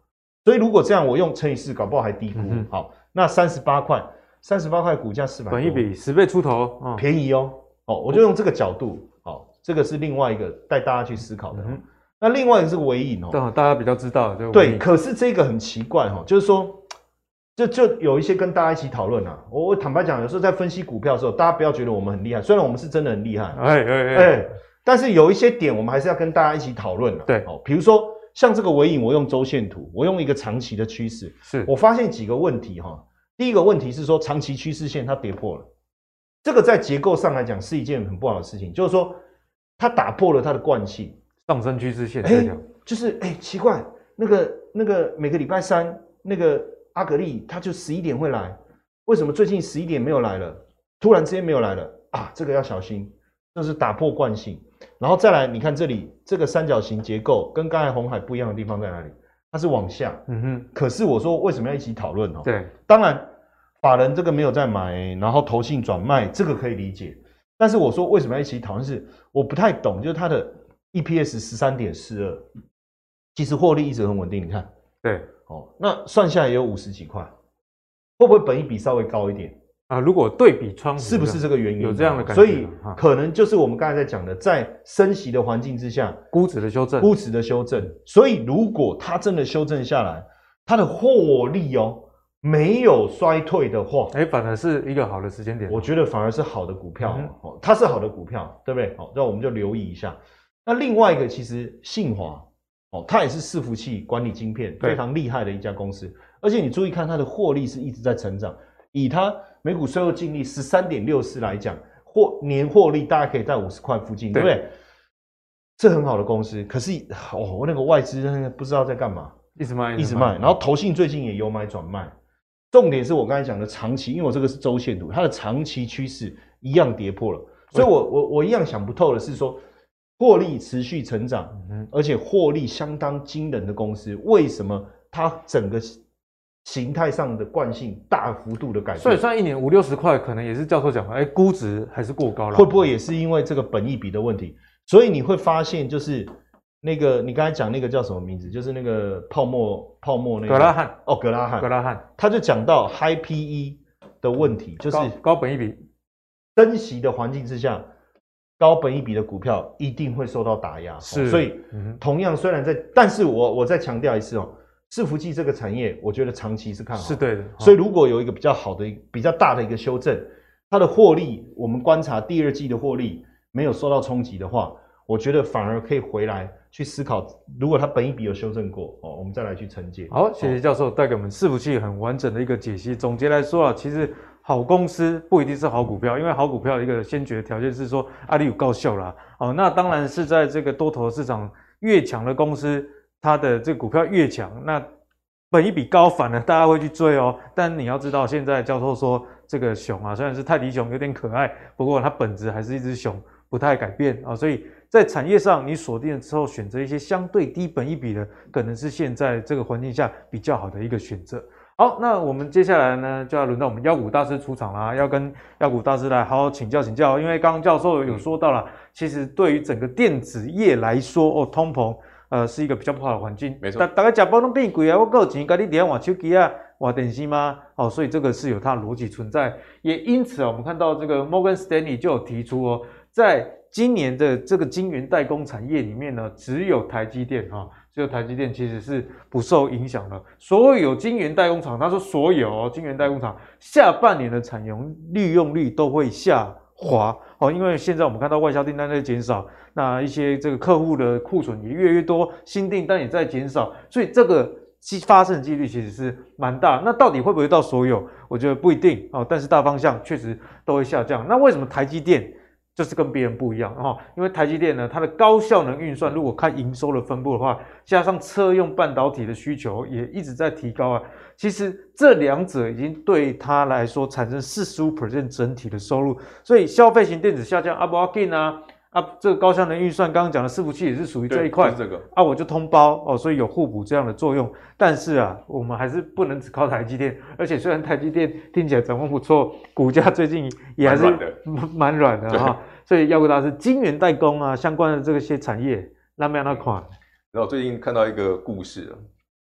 所以如果这样，我用乘以4，搞不好还低估。好，那38块股价400多， 本益比10倍出头， 便宜哦。我就用这个角度，这个是另外一个带大家去思考的。那另外一个是微影大家比较知道。 对，可是这个很奇怪就是说，就有一些跟大家一起讨论啊。我坦白讲，有时候在分析股票的时候，大家不要觉得我们很厉害，虽然我们是真的很厉害，但是有一些点我们还是要跟大家一起讨论的。 对， 比如说像这个微影，我用周线图，我用一个长期的趋势，我发现几个问题第一个问题是说，长期趋势线它跌破了，这个在结构上来讲是一件很不好的事情，就是说它打破了它的惯性。 上升趋势线就是奇怪，那个每个礼拜三那个阿格力他就11点会来，为什么最近11点没有来了？突然之间没有来了啊，这个要小心，这是打破惯性。然后再来，你看这里这个三角形结构跟刚才鸿海不一样的地方在哪里？它是往下，可是我说为什么要一起讨论对， 当然法人这个没有在买，然后投信转卖，这个可以理解。但是我说为什么要一起讨论？是我不太懂，就是它的EPS 13.42，其实获利一直很稳定。你看， 对， 那算下来也有50几块，会不会本益比稍微高一点啊？如果对比窗户， 是不是这个原因？ 有这样的感觉， 所以可能就是我们刚才在讲的，在升息的环境之下， 估值的修正， 所以如果它真的修正下来，它的获利没有衰退的话， 反而是一个好的时间点。 我觉得反而是好的股票，它是好的股票，对不对？那我们就留意一下。那另外一个，其实信华它也是伺服器管理晶片非常厉害的一家公司，而且你注意看它的获利是一直在成长，以它每股税后净利13.64来讲，年获利大概可以在50块附近，对不对？这很好的公司，可是那个外资不知道在干嘛， 一直卖， 然后投信最近也有买转卖。重点是我刚才讲的长期，因为我这个是周线图，它的长期趋势一样跌破了，所以我一样想不透的是说，获利持续成长，而且获利相当惊人的公司，为什么它整个形态上的惯性大幅度的改变？ 所以算一年50-60块，可能也是教授讲的，估值还是过高了。 会不会也是因为这个本益比的问题？所以你会发现，就是那个你刚才讲那个叫什么名字？就是那个泡沫那个格拉汉格拉汉，他就讲到 High PE 的问题，就是高本益比， 升息的环境之下，高本益比的股票一定会受到打压。所以同样虽然但是我再强调一次伺服器这个产业，我觉得长期是看好， 是对的。 所以如果有一个比较好的、比较大的一个修正，它的获利，我们观察第二季的获利没有受到冲击的话，我觉得反而可以回来去思考，如果它本益比有修正过我们再来去承接。 好，谢谢教授带给我们伺服器很完整的一个解析。总结来说其实好公司不一定是好股票，因为好股票的一个先决条件是说你有够秀啦。那当然是在这个多头市场越强的公司，它的这个股票越强，那本益比高反而大家会去追但你要知道，现在教授说这个熊虽然是泰迪熊有点可爱，不过它本质还是一只熊，不太改变所以在产业上你锁定了之后，选择一些相对低本益比的，可能是现在这个环境下比较好的一个选择。好，那我们接下来呢，就要轮到我们妖股大师出场啦，要跟妖股大师来好好请教，因为刚刚教授有说到了，其实对于整个电子业来说通膨是一个比较不好的环境， 没错， 大家吃饱都变贵我够钱，跟你底下玩手机玩电视吗？所以这个是有它的逻辑存在，也因此我们看到这个 Morgan Stanley 就有提出在今年的这个晶圆代工产业里面呢，只有台积电其实是不受影响的。所有晶圆代工厂，他说所有晶圆代工厂下半年的产能利用率都会下滑因为现在我们看到外销订单在减少，那一些这个客户的库存也越来越多，新订单也在减少，所以这个发生的几率其实是蛮大。那到底会不会到所有？我觉得不一定但是大方向确实都会下降。那为什么台积电就是跟别人不一样因为台积电呢，它的高效能运算，如果看营收的分布的话，加上车用半导体的需求也一直在提高其实这两者已经对它来说产生45% 整体的收入，所以消费型电子下降不要紧这个高效能运算刚刚讲的伺服器也是属于这一块， 就是这个我就通包所以有互补这样的作用。但是我们还是不能只靠台积电，而且虽然台积电听起来展望不错，股价最近也还是蛮软的所以妖股大师晶圆代工相关的这些产业，那么样看？ 然后最近看到一个故事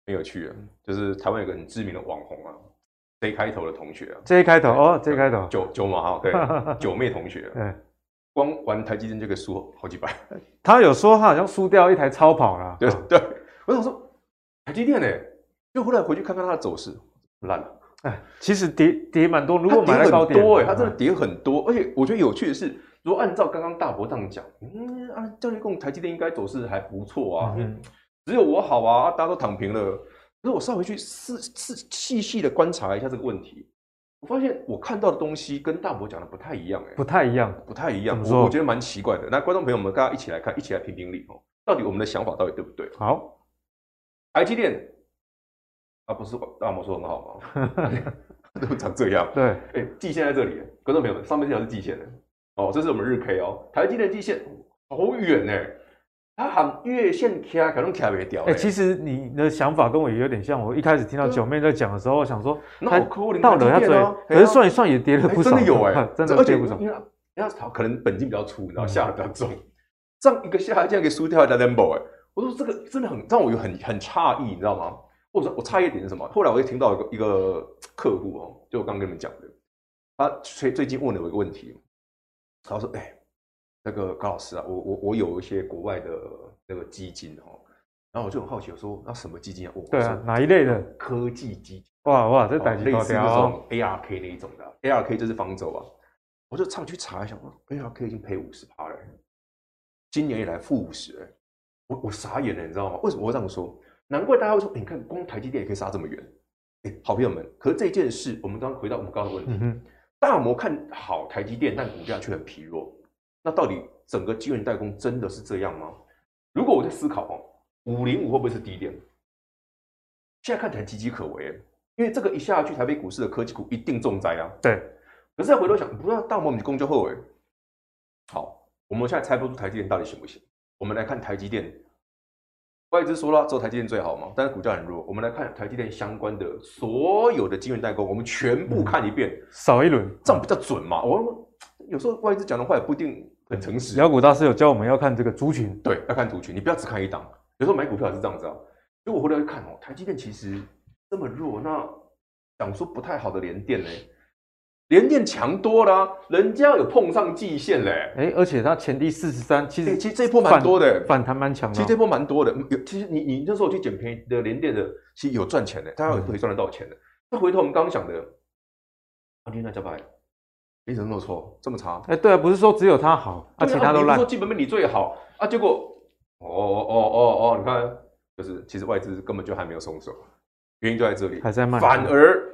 很有趣啊，就是台湾有个很知名的网红啊，J 开头的同学啊 ，J 开头哦，J 开头， 九嘛哈，对，九妹同学，对，光玩台积电就可以输好几百。 他有说他好像输掉一台超跑啦， 对，我想说台积电呢，就后来回去看看它的走势，烂了。 其实跌蛮多，如果买在高点， 它真的跌很多，而且我觉得有趣的是，如果按照刚刚大伯这样讲，教练共台积电应该走势还不错啊，只有我好啊，大家都躺平了。可是我稍微去细细的观察一下这个问题，我发现我看到的东西跟大伯讲的不太一样， 不太一样， 我觉得蛮奇怪的。那观众朋友们，大家一起来看，一起来评评理哦，到底我们的想法到底对不对？ 好， 台积电不是大伯说很好吗？都长这样， 对， 季线在这里，观众朋友们，上面这条是季线的哦，这是我们日 K 哦，台积电季线好远呢，它喊月线卡可能卡不掉。 其实你的想法跟我也有点像，我一开始听到九妹在讲的时候，我想说， 那到了要追，可是算一算也跌了不少， 真的有真的跌不少， 因为人家可能本金比较粗，然后下的比较重，这样一个下竟然可以输掉一家 Lambo 我说这个真的很让我很诧异，你知道吗？我诧异的点是什么？后来我也听到一个客户就我刚跟你们讲的，他最近问了我一个问题，他说：“那个高老师啊，我有一些国外的那个基金然后我就很好奇，我说那什么基金啊？ 对啊，哪一类的？ 科技基金。 哇，这代类似那种 ARK 那一种的 ，ARK 就是方舟啊。我就上去查一下，ARK 已经赔50%了，今年以来负50%，我傻眼了，你知道吗？为什么会这样说？难怪大家会说，你看光台积电也可以杀这么远。好朋友们，可是这件事，我们刚刚回到我们刚刚的问题，大摩看好台积电，但股价却很疲弱。那到底整个晶圆代工真的是这样吗？如果我在思考505会不会是低点？现在看起来岌岌可危，因为这个一下去，台北股市的科技股一定重灾啊。 对， 可是再回头想，不知道大摩我们攻就后尾。好，我们现在猜不出台积电到底行不行。我们来看台积电。外资说了，只有台积电最好嘛，但是股价很弱。我们来看台积电相关的所有的晶圆代工，我们全部看一遍， 扫一轮， 这样比较准嘛。我有时候外资讲的话也不一定很诚实。 妖股大师有教我们要看这个族群， 对，要看族群，你不要只看一档。有时候买股票也是这样子啊。如果回来看台积电其实这么弱，那讲说不太好的联电呢？联电强多了人家有碰上季线嘞， 而且它前低43，其实这一波蛮多的， 反弹蛮强的。 其实这波蛮多的，其实你那时候去捡便宜的联电的，其实有赚钱的，大家可以赚得到钱的。那回头我们刚刚讲的，联电加白，怎么那么错，这么差？ 对啊，不是说只有它好，其他都烂。 你不是说基本面你最好啊？结果你看，就是其实外资根本就还没有松手，原因就在这里， 还在卖， 反而。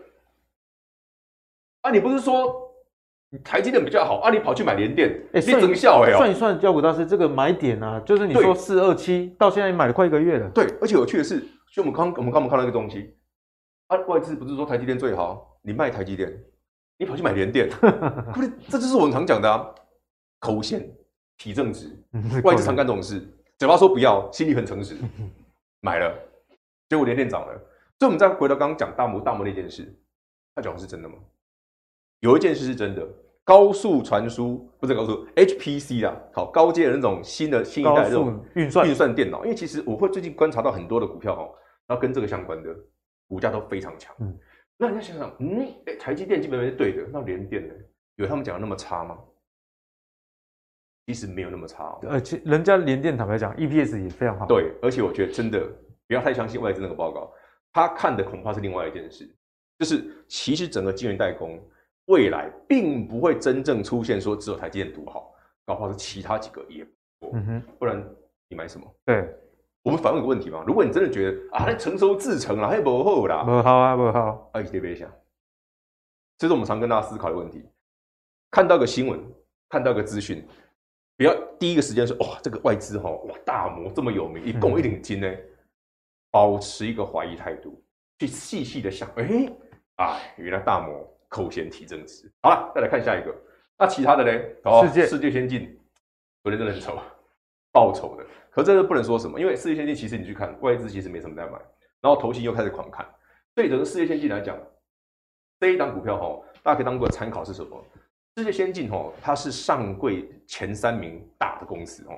你不是说台积电比较好你跑去买联电，你增效算一算，妖股大师这个买点啊，就是你说427到现在买了快1个月了。 对，而且有趣的是，就我们刚看到一个东西外资不是说台积电最好，你卖台积电，你跑去买联电，这就是我们常讲的口嫌体正直，外资常干这种事，嘴巴说不要，心里很诚实，买了，结果联电涨了。所以我们再回到刚刚讲大摩那件事，他讲的是真的吗？有一件事是真的，高速传输不是高速 HPC 啦，好高阶的那种新一代的这种运算电脑，因为其实我会最近观察到很多的股票然后跟这个相关的股价都非常强。那人家想想，台积电基本面是对的，那联电呢？有他们讲的那么差吗？其实没有那么差人家联电坦白讲 ，EPS 也非常好。 对，而且我觉得真的不要太相信外资那个报告，他看的恐怕是另外一件事，就是其实整个晶圆代工。未来并不会真正出现说只有台积电独好，搞不好是其他几个也不错，不然你买什么？ 对， 我们反问个问题嘛，如果你真的觉得那成熟制程啦，还不好啦， 不好啊，不好， 你别想，这是我们常跟大家思考的问题。看到个新闻，看到个资讯，不要第一个时间说这个外资大摩这么有名，一共1领金呢，保持一个怀疑态度，去细细的想，原来大摩。口嫌体正直。好了，再来看下一个。那其他的呢？世界先进，昨天真的很丑，爆丑的。可这个不能说什么，因为世界先进其实你去看，外资其实没什么在买，然后投信又开始狂看。所以整个世界先进来讲，这一档股票大家可以当做参考是什么？世界先进它是上柜前3名大的公司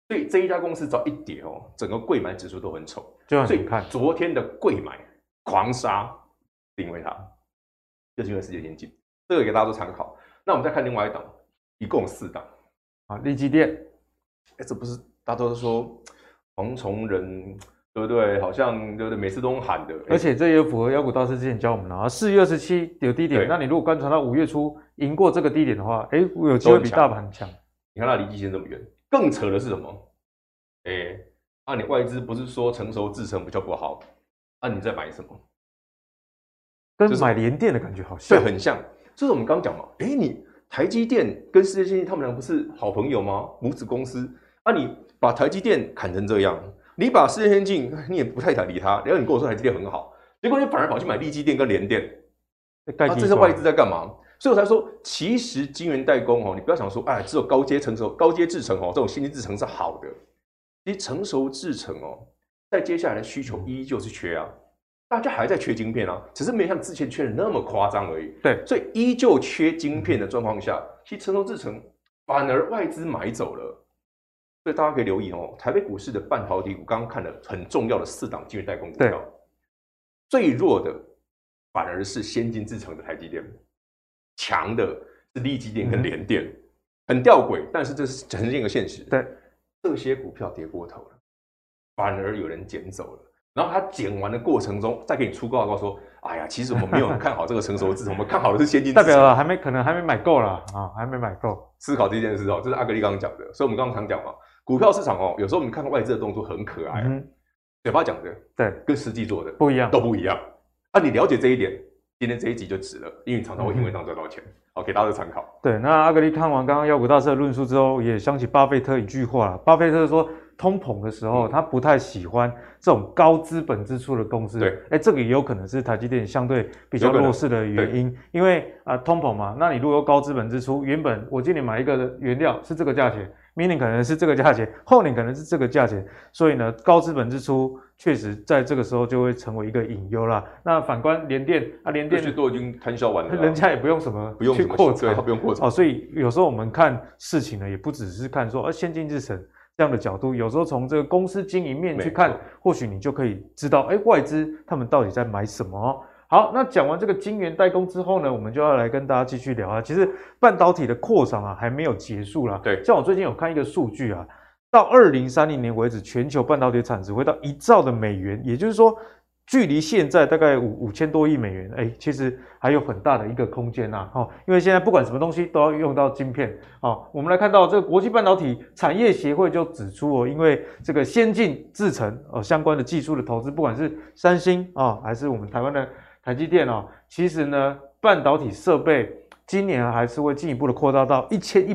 所以这一家公司只要一跌哦，整个柜买指数都很丑。 所以看昨天的柜买狂杀，是因为它，就是因为世界先进，这个给大家做参考。那我们再看另外一档，一共4档啊，力积电， 这不是大家都说蝗虫人，对不对？好像对不对？每次都喊的， 而且这也符合妖股大师之前教我们的啊，4月27有低点，那你如果观察到5月初赢过这个低点的话，有机会比大盘强。 你看它离季线这么远，更扯的是什么？你外资不是说成熟制程比较不好，你在买什么？ 跟买联电的感觉好像， 对，很像。就是我们刚刚讲嘛，你台积电跟世界先进他们俩不是好朋友吗？母子公司你把台积电砍成这样，你把世界先进你也不太想理他，然后你跟我说台积电很好，结果你反而跑去买力积电跟联电，这是外资在干嘛？所以我才说，其实晶圆代工你不要想说，只有高阶制程这种先进制程是好的。其实成熟制程在接下来的需求依旧是缺啊，大家还在缺晶片啊，只是没像之前缺的那么夸张而已。 对， 所以依旧缺晶片的状况下，其实成熟制程反而外资买走了。所以大家可以留意台北股市的半导体股，刚刚看了很重要的4档晶圆代工股票，最弱的反而是先进制程的台积电，强的是力积电跟联电，很吊诡，但是这是呈现一个现实。 对。 这些股票跌过头了，反而有人捡走了。然后他捡完的过程中，再给你出报告说：“其实我们没有很看好这个成熟制程，我们看好的是先进制程。” 代表可能还没买够啦还没买够。 思考这件事这是阿格力刚刚讲的。所以我们刚刚常讲嘛，股票市场有时候我们看外资的动作很可爱嘴巴讲的对， 跟实际做的不一样， 都不一样。你了解这一点，今天这一集就值了，因为你常常会因为这样赚到钱。给大家参考。 对，那阿格力看完刚刚妖股大师的论述之后，也想起巴菲特一句话，巴菲特说，通膨的时候，他不太喜欢这种高资本支出的公司。 对， 这个也有可能是台积电相对比较弱势的原因，因为通膨嘛，那你如果高资本支出，原本我今年买一个原料是这个价钱，明年可能是这个价钱，后年可能是这个价钱，所以呢，高资本支出确实在这个时候就会成为一个隐忧啦。那反观联电联电都已经摊销完了， 人家也不用什么去扩产， 不用扩产所以有时候我们看事情呢，也不只是看说先进制程这样的角度，有时候从这个公司经营面去看，或许你就可以知道，外资他们到底在买什么好，那讲完这个晶圆代工之后呢，我们就要来跟大家继续聊其实半导体的扩厂还没有结束啦。 对， 像我最近有看一个数据到2030年为止，全球半导体产值会到1兆的美元，也就是说，距离现在大概5000多亿美元，其实还有很大的一个空间因为现在不管什么东西都要用到晶片我们来看到这个国际半导体产业协会就指出因为这个先进制程相关的技术的投资，不管是三星还是我们台湾的台积电其实呢，半导体设备今年还是会进一步的扩大到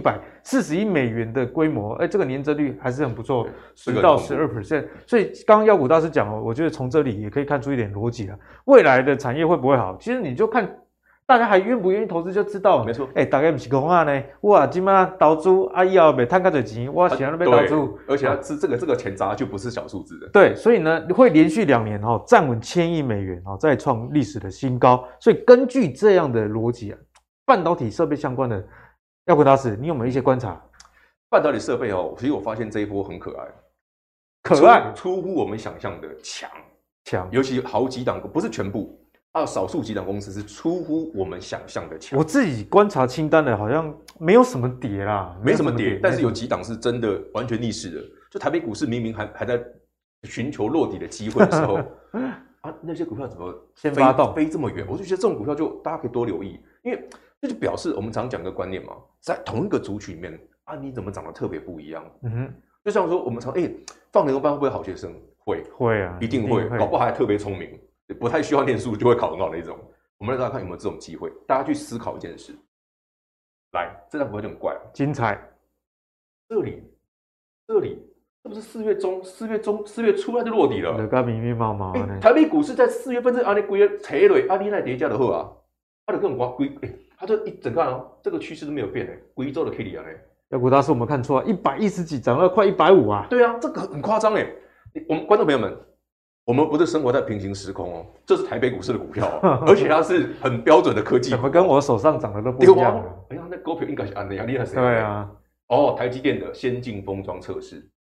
1140亿美元的规模，这个年增率还是很不错，10到12%。所以刚刚妖股大师讲我觉得从这里也可以看出一点逻辑了。未来的产业会不会好？其实你就看大家还愿不愿意投资就知道了。 没错， 大概不是讲呢，哇，今嘛投资以后没赚到多钱，我想要被投资， 而且是这个钱砸就不是小数字的。 对，所以呢会连续2年站稳1000亿美元再创历史的新高。所以根据这样的逻辑半导体设备相关的，妖股大师，你有没有一些观察？ 半导体设备其实我发现这一波很可爱，出乎我们想象的强，尤其好几档，不是全部，少数几档公司是出乎我们想象的强。 我自己观察清单的，好像没有什么跌啦， 没什么跌，但是有几档是真的完全逆势的。就台北股市明明还在寻求落底的机会的时候。那些股票怎么先发动飞这么远？我就觉得这种股票大家可以多留意，因为这就表示我们常讲一个观念嘛，在同一个族群里面你怎么长得特别不一样？就像说我们常放联合班会不会好学生？会啊， 一定会，搞不好还特别聪明，不太需要念书就会考很好的那种。我们来大家看有没有这种机会，大家去思考一件事。来，这张股票就很怪， 精彩。 这里。这不是4月初它就落底了， 密密麻麻台北股市在4月份这规个扯落，你那跌价的好它更它这一整个这个趋势都没有变贵州的 K 里妖股大师，我们看错110几涨到快150 对啊，这个很夸张我们观众朋友们，我们不是生活在平行时空这是台北股市的股票而且它是很标准的科技股， 怎么跟我手上涨的都不一样那股票应该是安的呀，厉害谁？ 对啊， 台积电的先进封装测试。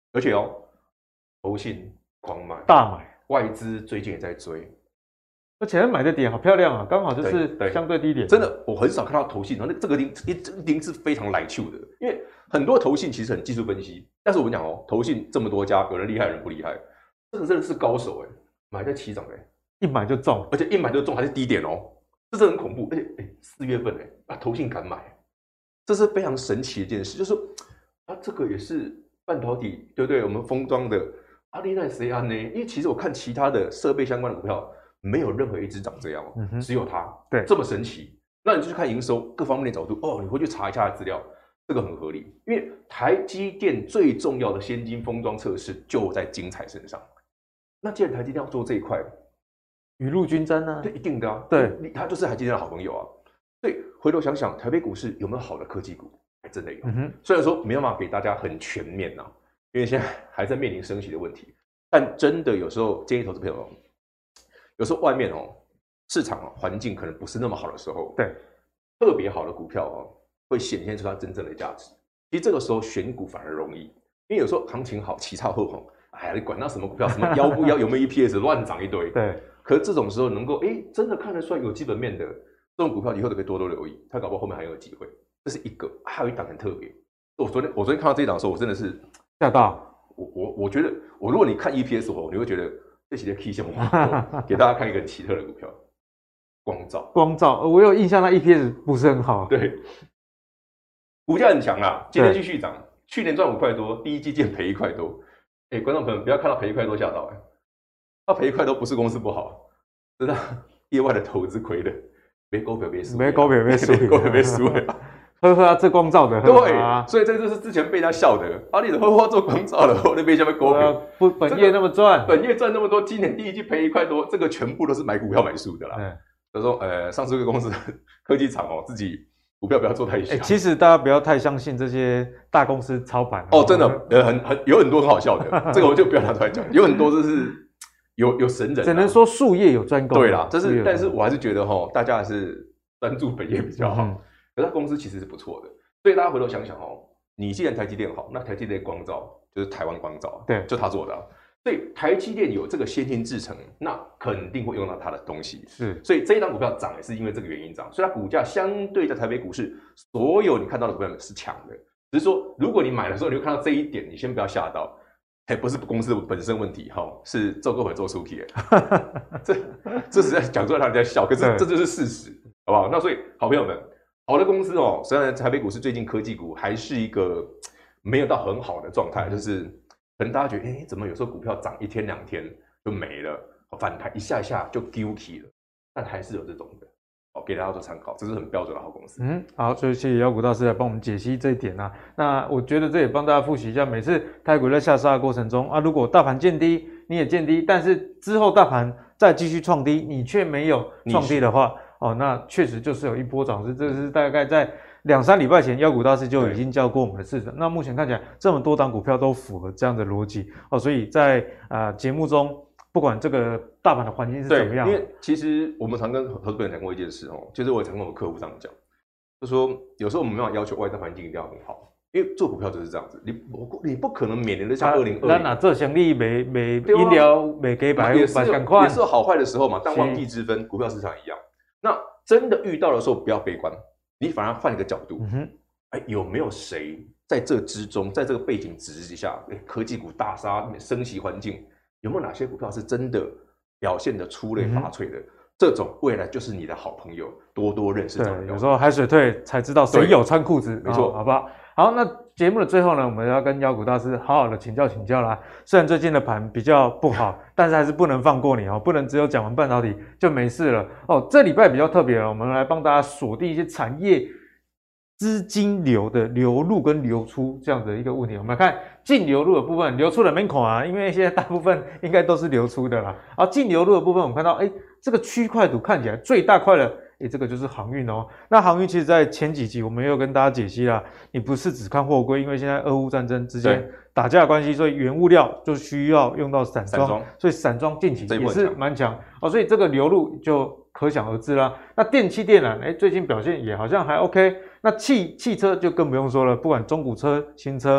而且投信狂买， 大买， 外资最近也在追。 而且买的点好漂亮啊，刚好就是相对低点。 真的，我很少看到投信，然后这个一定是非常来 Q 的，因为很多投信其实很技术分析，但是我跟你讲投信这么多家，有人厉害，有人不厉害，这个真的是高手买在起涨一买就中， 而且一买就中还是低点这是很恐怖。而且4月份投信敢买，这是非常神奇的一件事，就是说这个也是半导体，对不对？我们封装的你那谁呢？因为其实我看其他的设备相关的股票。没有任何一只长这样只有它， 对， 这么神奇。那你就去看营收各方面的角度你回去查一下资料，这个很合理。因为台积电最重要的先进封装测试就在精彩身上。那既然台积电要做这一块， 雨露均沾啊， 对，一定的对， 他就是台积电的好朋友所以回头想想，台北股市有没有好的科技股？还真的有。虽然说没办法给大家很全面因为现在还在面临升息的问题，但真的有时候建议投资朋友。有时候外面市场环境可能不是那么好的时候， 对， 特别好的股票会显现出它真正的价值。其实这个时候选股反而容易，因为有时候行情好，起操后你管那什么股票，什么腰不腰，有没有 EPS， 乱涨一堆。 对， 可是这种时候能够真的看得出来有基本面的这种股票，以后都可以多多留意，它搞不好后面还有机会。这是一个，还有一档很特别。我昨天看到这一档的时候，我真的是吓到。 我觉得如果你看 EPS 你会觉得。这期的 K 线给大家看一个奇特的股票， 光照，我有印象，那 EPS 不是很好。 对，股价很强啦，今天继续涨，去年赚5块多，第一季见赔1块多。观众朋友不要看到赔1块多吓到他赔1块多不是公司不好，是他业外的投资亏的，没股票别输， 没股票别输， 股票别输这光照的， 对，所以这就是之前被人家笑的。你怎么做光照了？我那边下面股票不本业那么赚， 本业赚那么多，今年第一季赔1块多，这个全部都是买股票买输的啦。所以说，上市公司科技厂自己股票不要做太小。 其实大家不要太相信这些大公司操盘真的，有很多很好笑的，这个我就不要拿出来讲，有很多就是有神人， 只能说术业有专攻。 对啦，但是我还是觉得大家还是专注本业比较好。可是它公司其实是不错的，所以大家回头想想你既然台积电好，那台积电光照就是台湾光照， 对， 就他做的所以台积电有这个先进制程，那肯定会用到它的东西。 是， 所以这一档股票涨也是因为这个原因涨，所以它股价相对在台北股市所有你看到的股票是强的，只是说如果你买的时候，你会看到这一点，你先不要吓到，不是公司的本身问题是周各会做出题这实在讲出来让人家笑，可是这就是事实，好不好？那所以好朋友们。好的公司虽然台北股市最近科技股还是一个没有到很好的状态，就是可能大家觉得，怎么有时候股票涨1天2天就没了，反弹一下下就丢弃了，但还是有这种的，给大家做参考，这是很标准的好公司。 好，所以谢谢妖股大师来帮我们解析这一点那我觉得这也帮大家复习一下，每次台股在下杀的过程中如果大盘见低，你也见低，但是之后大盘再继续创低，你却没有创低的话。那确实就是有一波涨势，这是大概在2-3礼拜前，妖股大师就已经教过我们的市场。那目前看起来，这么多档股票都符合这样的逻辑所以在节目中，不管这个大盘的环境是怎么样， 因为其实我们常跟投资朋友讲过一件事就是我也常跟我们客户这样讲，就说有时候我们没有要求外在环境一定要很好，因为做股票就是这样子，你不可能每年都像2020， 那做生意没医疗没给白也是有好坏的时候嘛，但旺季之分，股票市场一样。那真的遇到的时候，不要悲观，你反而换一个角度，有没有谁在这之中，在这个背景之下，科技股大杀，升息环境，有没有哪些股票是真的表现的出类拔萃的？这种未来就是你的好朋友，多多认识。 对，有时候海水退才知道谁有穿裤子， 没错， 好不好？好，那节目的最后呢，我们要跟妖股大师好好的请教啦。虽然最近的盘比较不好，但是还是不能放过你不能只有讲完半导体就没事了这礼拜比较特别我们来帮大家锁定一些产业资金流的流入跟流出这样的一个问题。我们来看净流入的部分，流出的没看因为现在大部分应该都是流出的啦。净流入的部分，我们看到这个区块图看起来最大块的。这个就是航运那航运其实在前几集我们也有跟大家解析啦，你不是只看货柜，因为现在俄乌战争之间打架的关系，所以原物料就需要用到散装，所以散装近期也是蛮强所以这个流入就可想而知啦。那电器电缆最近表现也好像还 OK， 那汽车就更不用说了，不管中古车、新车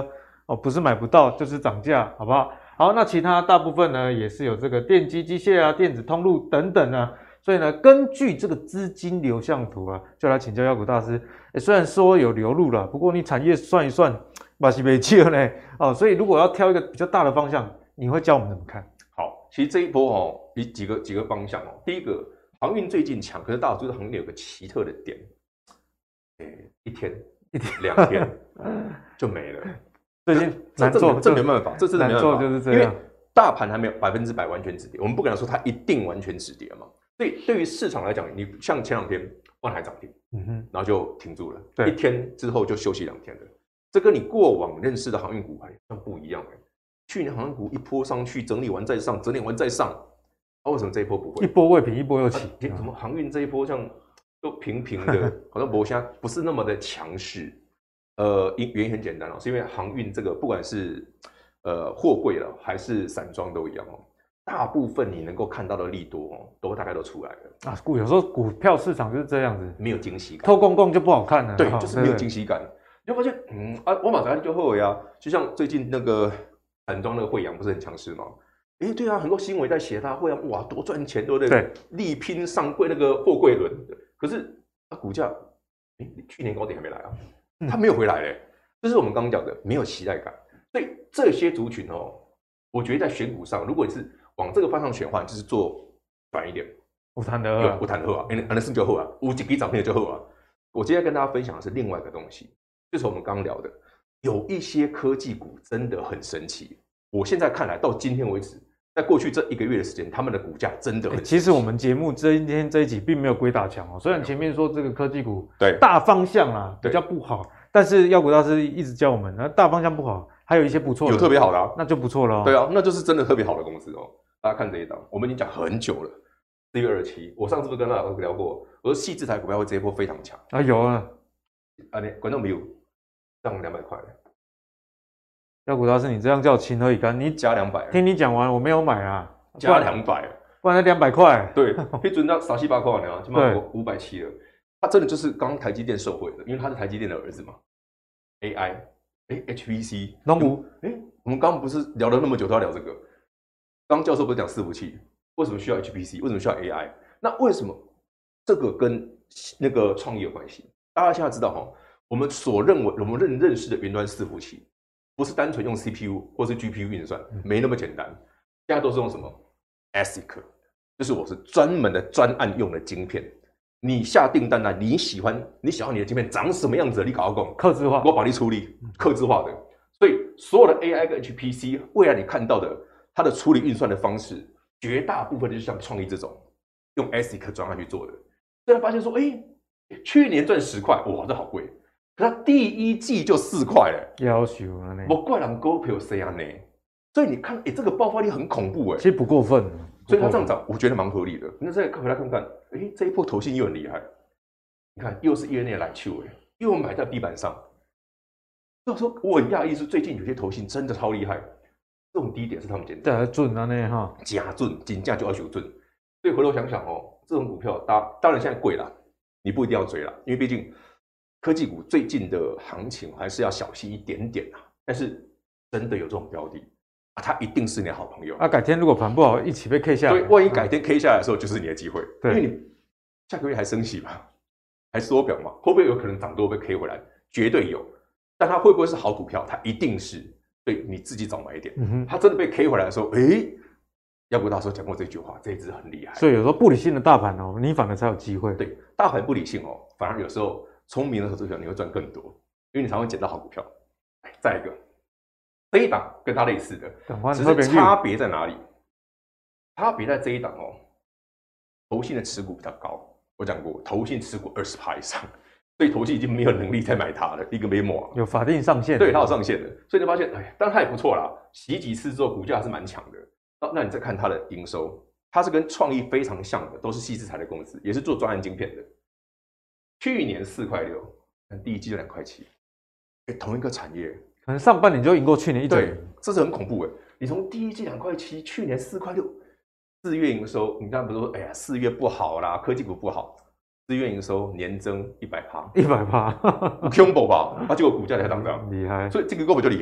哦，不是买不到就是涨价，好不好？好，那其他大部分呢也是有这个电机、机械啊、电子通路等等啊。所以呢，根据这个资金流向图啊，就来请教妖股大师。虽然说有流入了，不过你产业算一算，马西没救呢。哦，所以如果要挑一个比较大的方向，你会教我们怎么看？ 好，其实这一波哦，几个方向哦。第一个，航运最近强，可是大家知道航运有个奇特的点，一天、2天就没了。最近难做，这没办法，这真的没办法， 就是这样。 因为大盘还没有100%完全止跌，我们不可能说它一定完全止跌嘛。所以对于市场来讲，你像前2天万海涨停，然后就停住了，一天之后就休息2天了。这跟你过往认识的航运股好像不一样去年航运股一波上去，整理完再上，整理完再上，为什么这一波不会？ 一波未平，一波又起。 怎么航运这一波像都平平的，好像现在不是那么的强势？原因很简单是因为航运这个不管是货柜了还是散装都一样大部分你能够看到的利多都大概都出来了啊。有时候股票市场就是这样子， 没有惊喜感， 偷公共就不好看了。 对，就是没有惊喜感。你就发现，我马上就后悔啊。就像最近那个散装那个惠阳不是很强势吗？对啊，很多新闻在写它惠阳哇多赚钱，对不对？对，力拼上柜那个货柜轮。可是股价，去年高点还没来啊，它没有回来嘞。这是我们刚刚讲的没有期待感。所以这些族群我觉得在选股上，如果你是往这个方向选的话，就是做短一点， 有谈的好啊，那是就好啊，有几涨停就好啊。我今天跟大家分享的是另外一个东西，就是我们刚刚聊的，有一些科技股真的很神奇。我现在看来，到今天为止，在过去这1个月的时间，他们的股价真的很神奇。 其实我们节目今天这一集并没有归大强虽然前面说这个科技股对大方向比较不好，但是妖股大师一直教我们，大方向不好，还有一些不错的， 有特别好的那就不错了。 对啊，那就是真的特别好的公司大家看这一档，我们已经讲很久了，4月27，我上次不是跟大家聊过，我说矽智财股票会这一波非常强啊，有啊， 观众没有涨200块了。 妖股大师，你这样叫情何以堪？你加200， 听你讲完我没有买啊， 加200， 不然才200块。 对，可以准到3、7、8块呢，起码570了。它真的就是刚刚台积电受惠的，因为他是台积电的儿子嘛。AI，HPC， 龙骨， 我们刚刚不是聊了那么久都要聊这个？刚教授不是讲伺服器，为什么需要 HPC？ 为什么需要 AI？ 那为什么这个跟那个创意有关系？大家现在知道我们所认为我们认识的云端伺服器，不是单纯用 CPU 或是 GPU 运算，没那么简单。现在都是用什么 ASIC， 就是我是专门的专案用的晶片。你下订单你喜欢你的晶片长什么样子，你搞个客制化， 我帮你处理，客制化的。所以所有的 AI 跟 HPC， 未来你看到的它的处理运算的方式，绝大部分就是像创意这种用 ASIC 专案去做的。所以发现说，去年赚10块，哇，这好贵。可它第1季就4块了， 要求了呢。 我怪人股票这样呢，所以你看，这个爆发力很恐怖其实不过分。 所以它这样涨，我觉得蛮合理的。那再回来看看，这一波投信又很厉害。你看，又是业内来球又买在地板上。所以说，我很讶异是最近有些投信真的超厉害。这种低点是他们捡的， 准啊呢哈， 假准，金价就要求准。所以回头想想这种股票，当然现在贵了，你不一定要追了，因为毕竟科技股最近的行情还是要小心一点点但是真的有这种标的。他一定是你的好朋友改天如果盘不好，一起被 K 下来。 对，万一改天 K 下来的时候，就是你的机会。因为你下个月还升息嘛，还缩表嘛，会不会有可能涨多被 K 回来？绝对有。但它会不会是好股票？它一定是。对，你自己早买一点。它真的被 K 回来的时候，妖股大师讲过这句话，这一支很厉害。 所以有时候不理性的大盘你反而才有机会。 对，大盘不理性反而有时候聪明的投资者你会赚更多，因为你常会捡到好股票。再一个。这一档跟它类似的，只是差别在哪里？差别在这一档投信的持股比较高。我讲过，投信持股20%以上，所以投信已经没有能力再买它了。一个没抹， 有法定上限， 对，它有上限的。所以你发现，当然它也不错啦，洗几次之后股价还是蛮强的。那你再看它的营收，它是跟创意非常像的，都是矽智财的公司，也是做专案晶片的。去年4.6块，第1季就2.7块，同一个产业。 可能上半年就赢过去年1整年， 对，这是很恐怖你从第1季2.7块，去年4.6块，4月营收，你刚才不是说4月不好啦，科技股不好，4月营收年增100%，100%，恐怖吧？结果股价才涨这样， 厉害。 所以这个根本就厉害。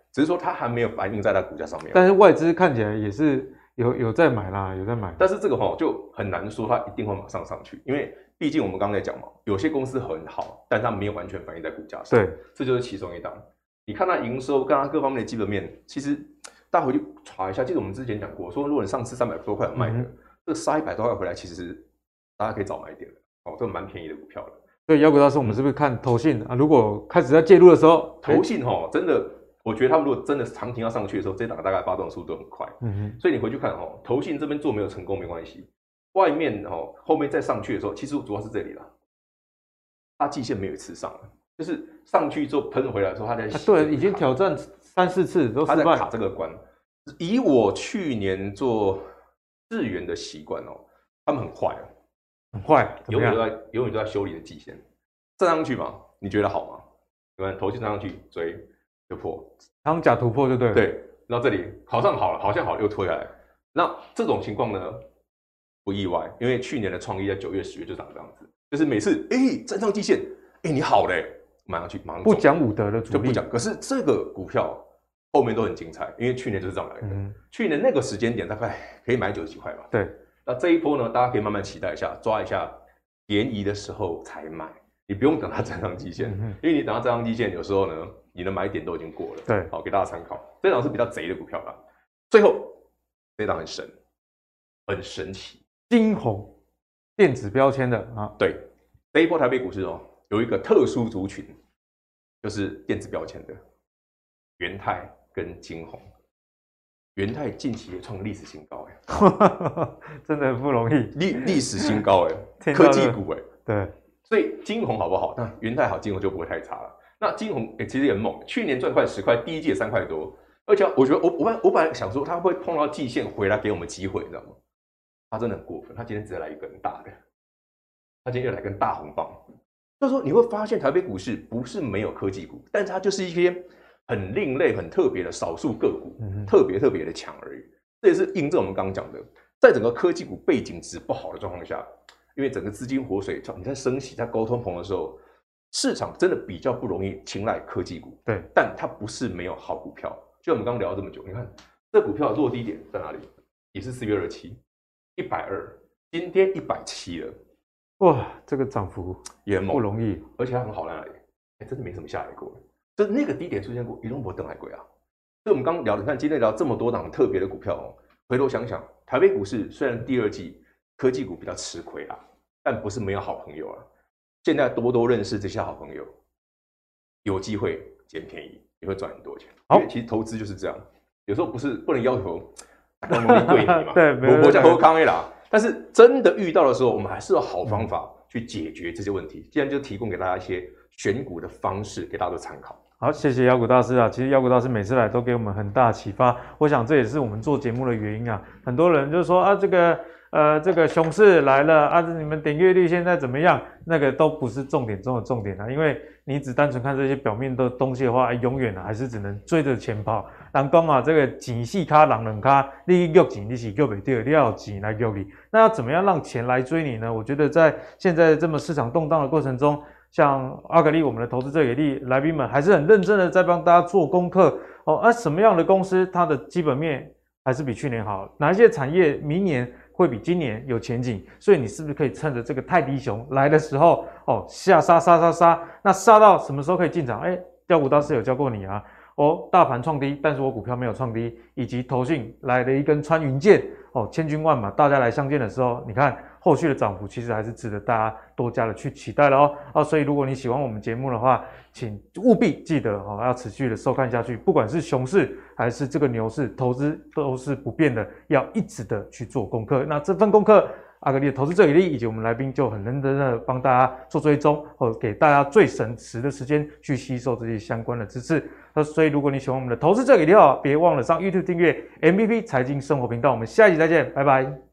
只是说它还没有反映在它股价上面。 但是外资看起来也是有在买啦，有在买。 但是这个就很难说它一定会马上上去，因为毕竟我们刚才讲嘛，有些公司很好，但它没有完全反映在股价上。 对， 这就是其中一档。你看它营收跟它各方面的基本面，其实大家回去查一下，记得我们之前讲过，说如果你上次300多块有卖的，这杀100多块回来，其实大家可以早买一点的这蛮便宜的股票的。 所以妖股大师，我们是不是看投信啊？如果开始在介入的时候， 投信真的，我觉得他们如果真的长停要上去的时候，这档大概发动的速度很快。所以你回去看投信这边做没有成功没关系，外面后面再上去的时候，其实主要是这里啦，它季线没有一次上了，就是上去之后喷回来的时候，它在对，已经挑战3、4次都失败， 它在卡这个关。以我去年做日元的习惯他们很坏很坏， 永远都在修理的季线，站上去嘛，你觉得好吗？你看头先站上去追就破， 长假突破就对了。 对，然后这里好像好了又推下来。那这种情况呢不意外，因为去年的创意在9月、10月就长这样子，就是每次站上季线，你好嘞，马上去，马上不讲武德的主力就不讲。可是这个股票后面都很精彩，因为去年就是这样来的。去年那个时间点大概可以买90几块吧。 对。 那这一波呢，大家可以慢慢期待一下，抓一下便宜的时候才买，你不用等它站上季线，因为你等它站上季线，有时候呢，你的买点都已经过了。 对， 好，给大家参考。这档是比较贼的股票啦。最后，这档很神奇， 金鸿电子标签的啊。 对，这一波台北股市有一个特殊族群，就是电子标签的元泰跟金鸿。元泰近期也创历史新高真的很不容易， 历史新高科技股对， 所以金鸿好不好？那元泰好，金鸿就不会太差了。那金鸿其实也很猛，去年赚快10块，第一季也3块多，而且我觉得我本来想说他会碰到季线回来给我们机会，你知道吗？他真的很过分，他今天直接来一根大的，他今天又来根大红棒。所以说你会发现台北股市不是没有科技股，但是它就是一些很另类、很特别的少数个股，特别的强而已。这也是印证我们刚刚讲的，在整个科技股背景值不好的状况下，因为整个资金活水，你在升息、在高通膨的时候，市场真的比较不容易青睐科技股。 对， 但它不是没有好股票。就我们刚刚聊了这么久，你看这股票落地点在哪里？也是4月27，120，今天170了。 哇，这个涨幅也很猛， 不容易， 而且它很好在哪里？真的没什么下来过。就那个低点出现过，一动不登来过啊！所以我们刚刚聊，你看今天聊这么多档特别的股票回头想想，台北股市虽然第2季科技股比较吃亏啦，但不是没有好朋友啊。现在多认识这些好朋友，有机会捡便宜，你会赚很多钱。因为其实投资就是这样，有时候不能要求刚容易对你嘛， 对， 我叫喝康 A 啦。但是真的遇到的时候，我们还是有好方法去解决这些问题。今天就提供给大家一些选股的方式，给大家做参考。 好，谢谢妖股大师啊！其实妖股大师每次来都给我们很大的启发，我想这也是我们做节目的原因啊。很多人就说啊，这个熊市来了啊，你们点阅率现在怎么样？那个都不是重点中的重点啊，因为你只单纯看这些表面的东西的话，永远还是只能追着钱跑。人讲啊，这个钱细卡人两卡，你约钱你是约不到，你要有钱来约你。那要怎么样让钱来追你呢？我觉得在现在这么市场动荡的过程中，像阿格力我们的投资者给力来宾们还是很认真的在帮大家做功课什么样的公司它的基本面还是比去年好？哪一些产业明年会比今年有前景？所以你是不是可以趁着这个泰迪熊来的时候下杀，那杀到什么时候可以进场？标股大师有教过你啊。大盘创低，但是我股票没有创低，以及投信来了一根穿云箭千军万马，大家来相见的时候，你看后续的涨幅其实还是值得大家多加的去期待了所以如果你喜欢我们节目的话，请务必记得要持续的收看下去，不管是熊市还是这个牛市，投资都是不变的，要一直的去做功课。那这份功课，阿格力的投资者给力以及我们来宾就很认真的帮大家做追踪，给大家最省时的时间去吸收这些相关的知识。所以如果你喜欢我们的投资者给力别忘了上 YouTube 订阅 MVP 财经生活频道。我们下一集再见，拜拜。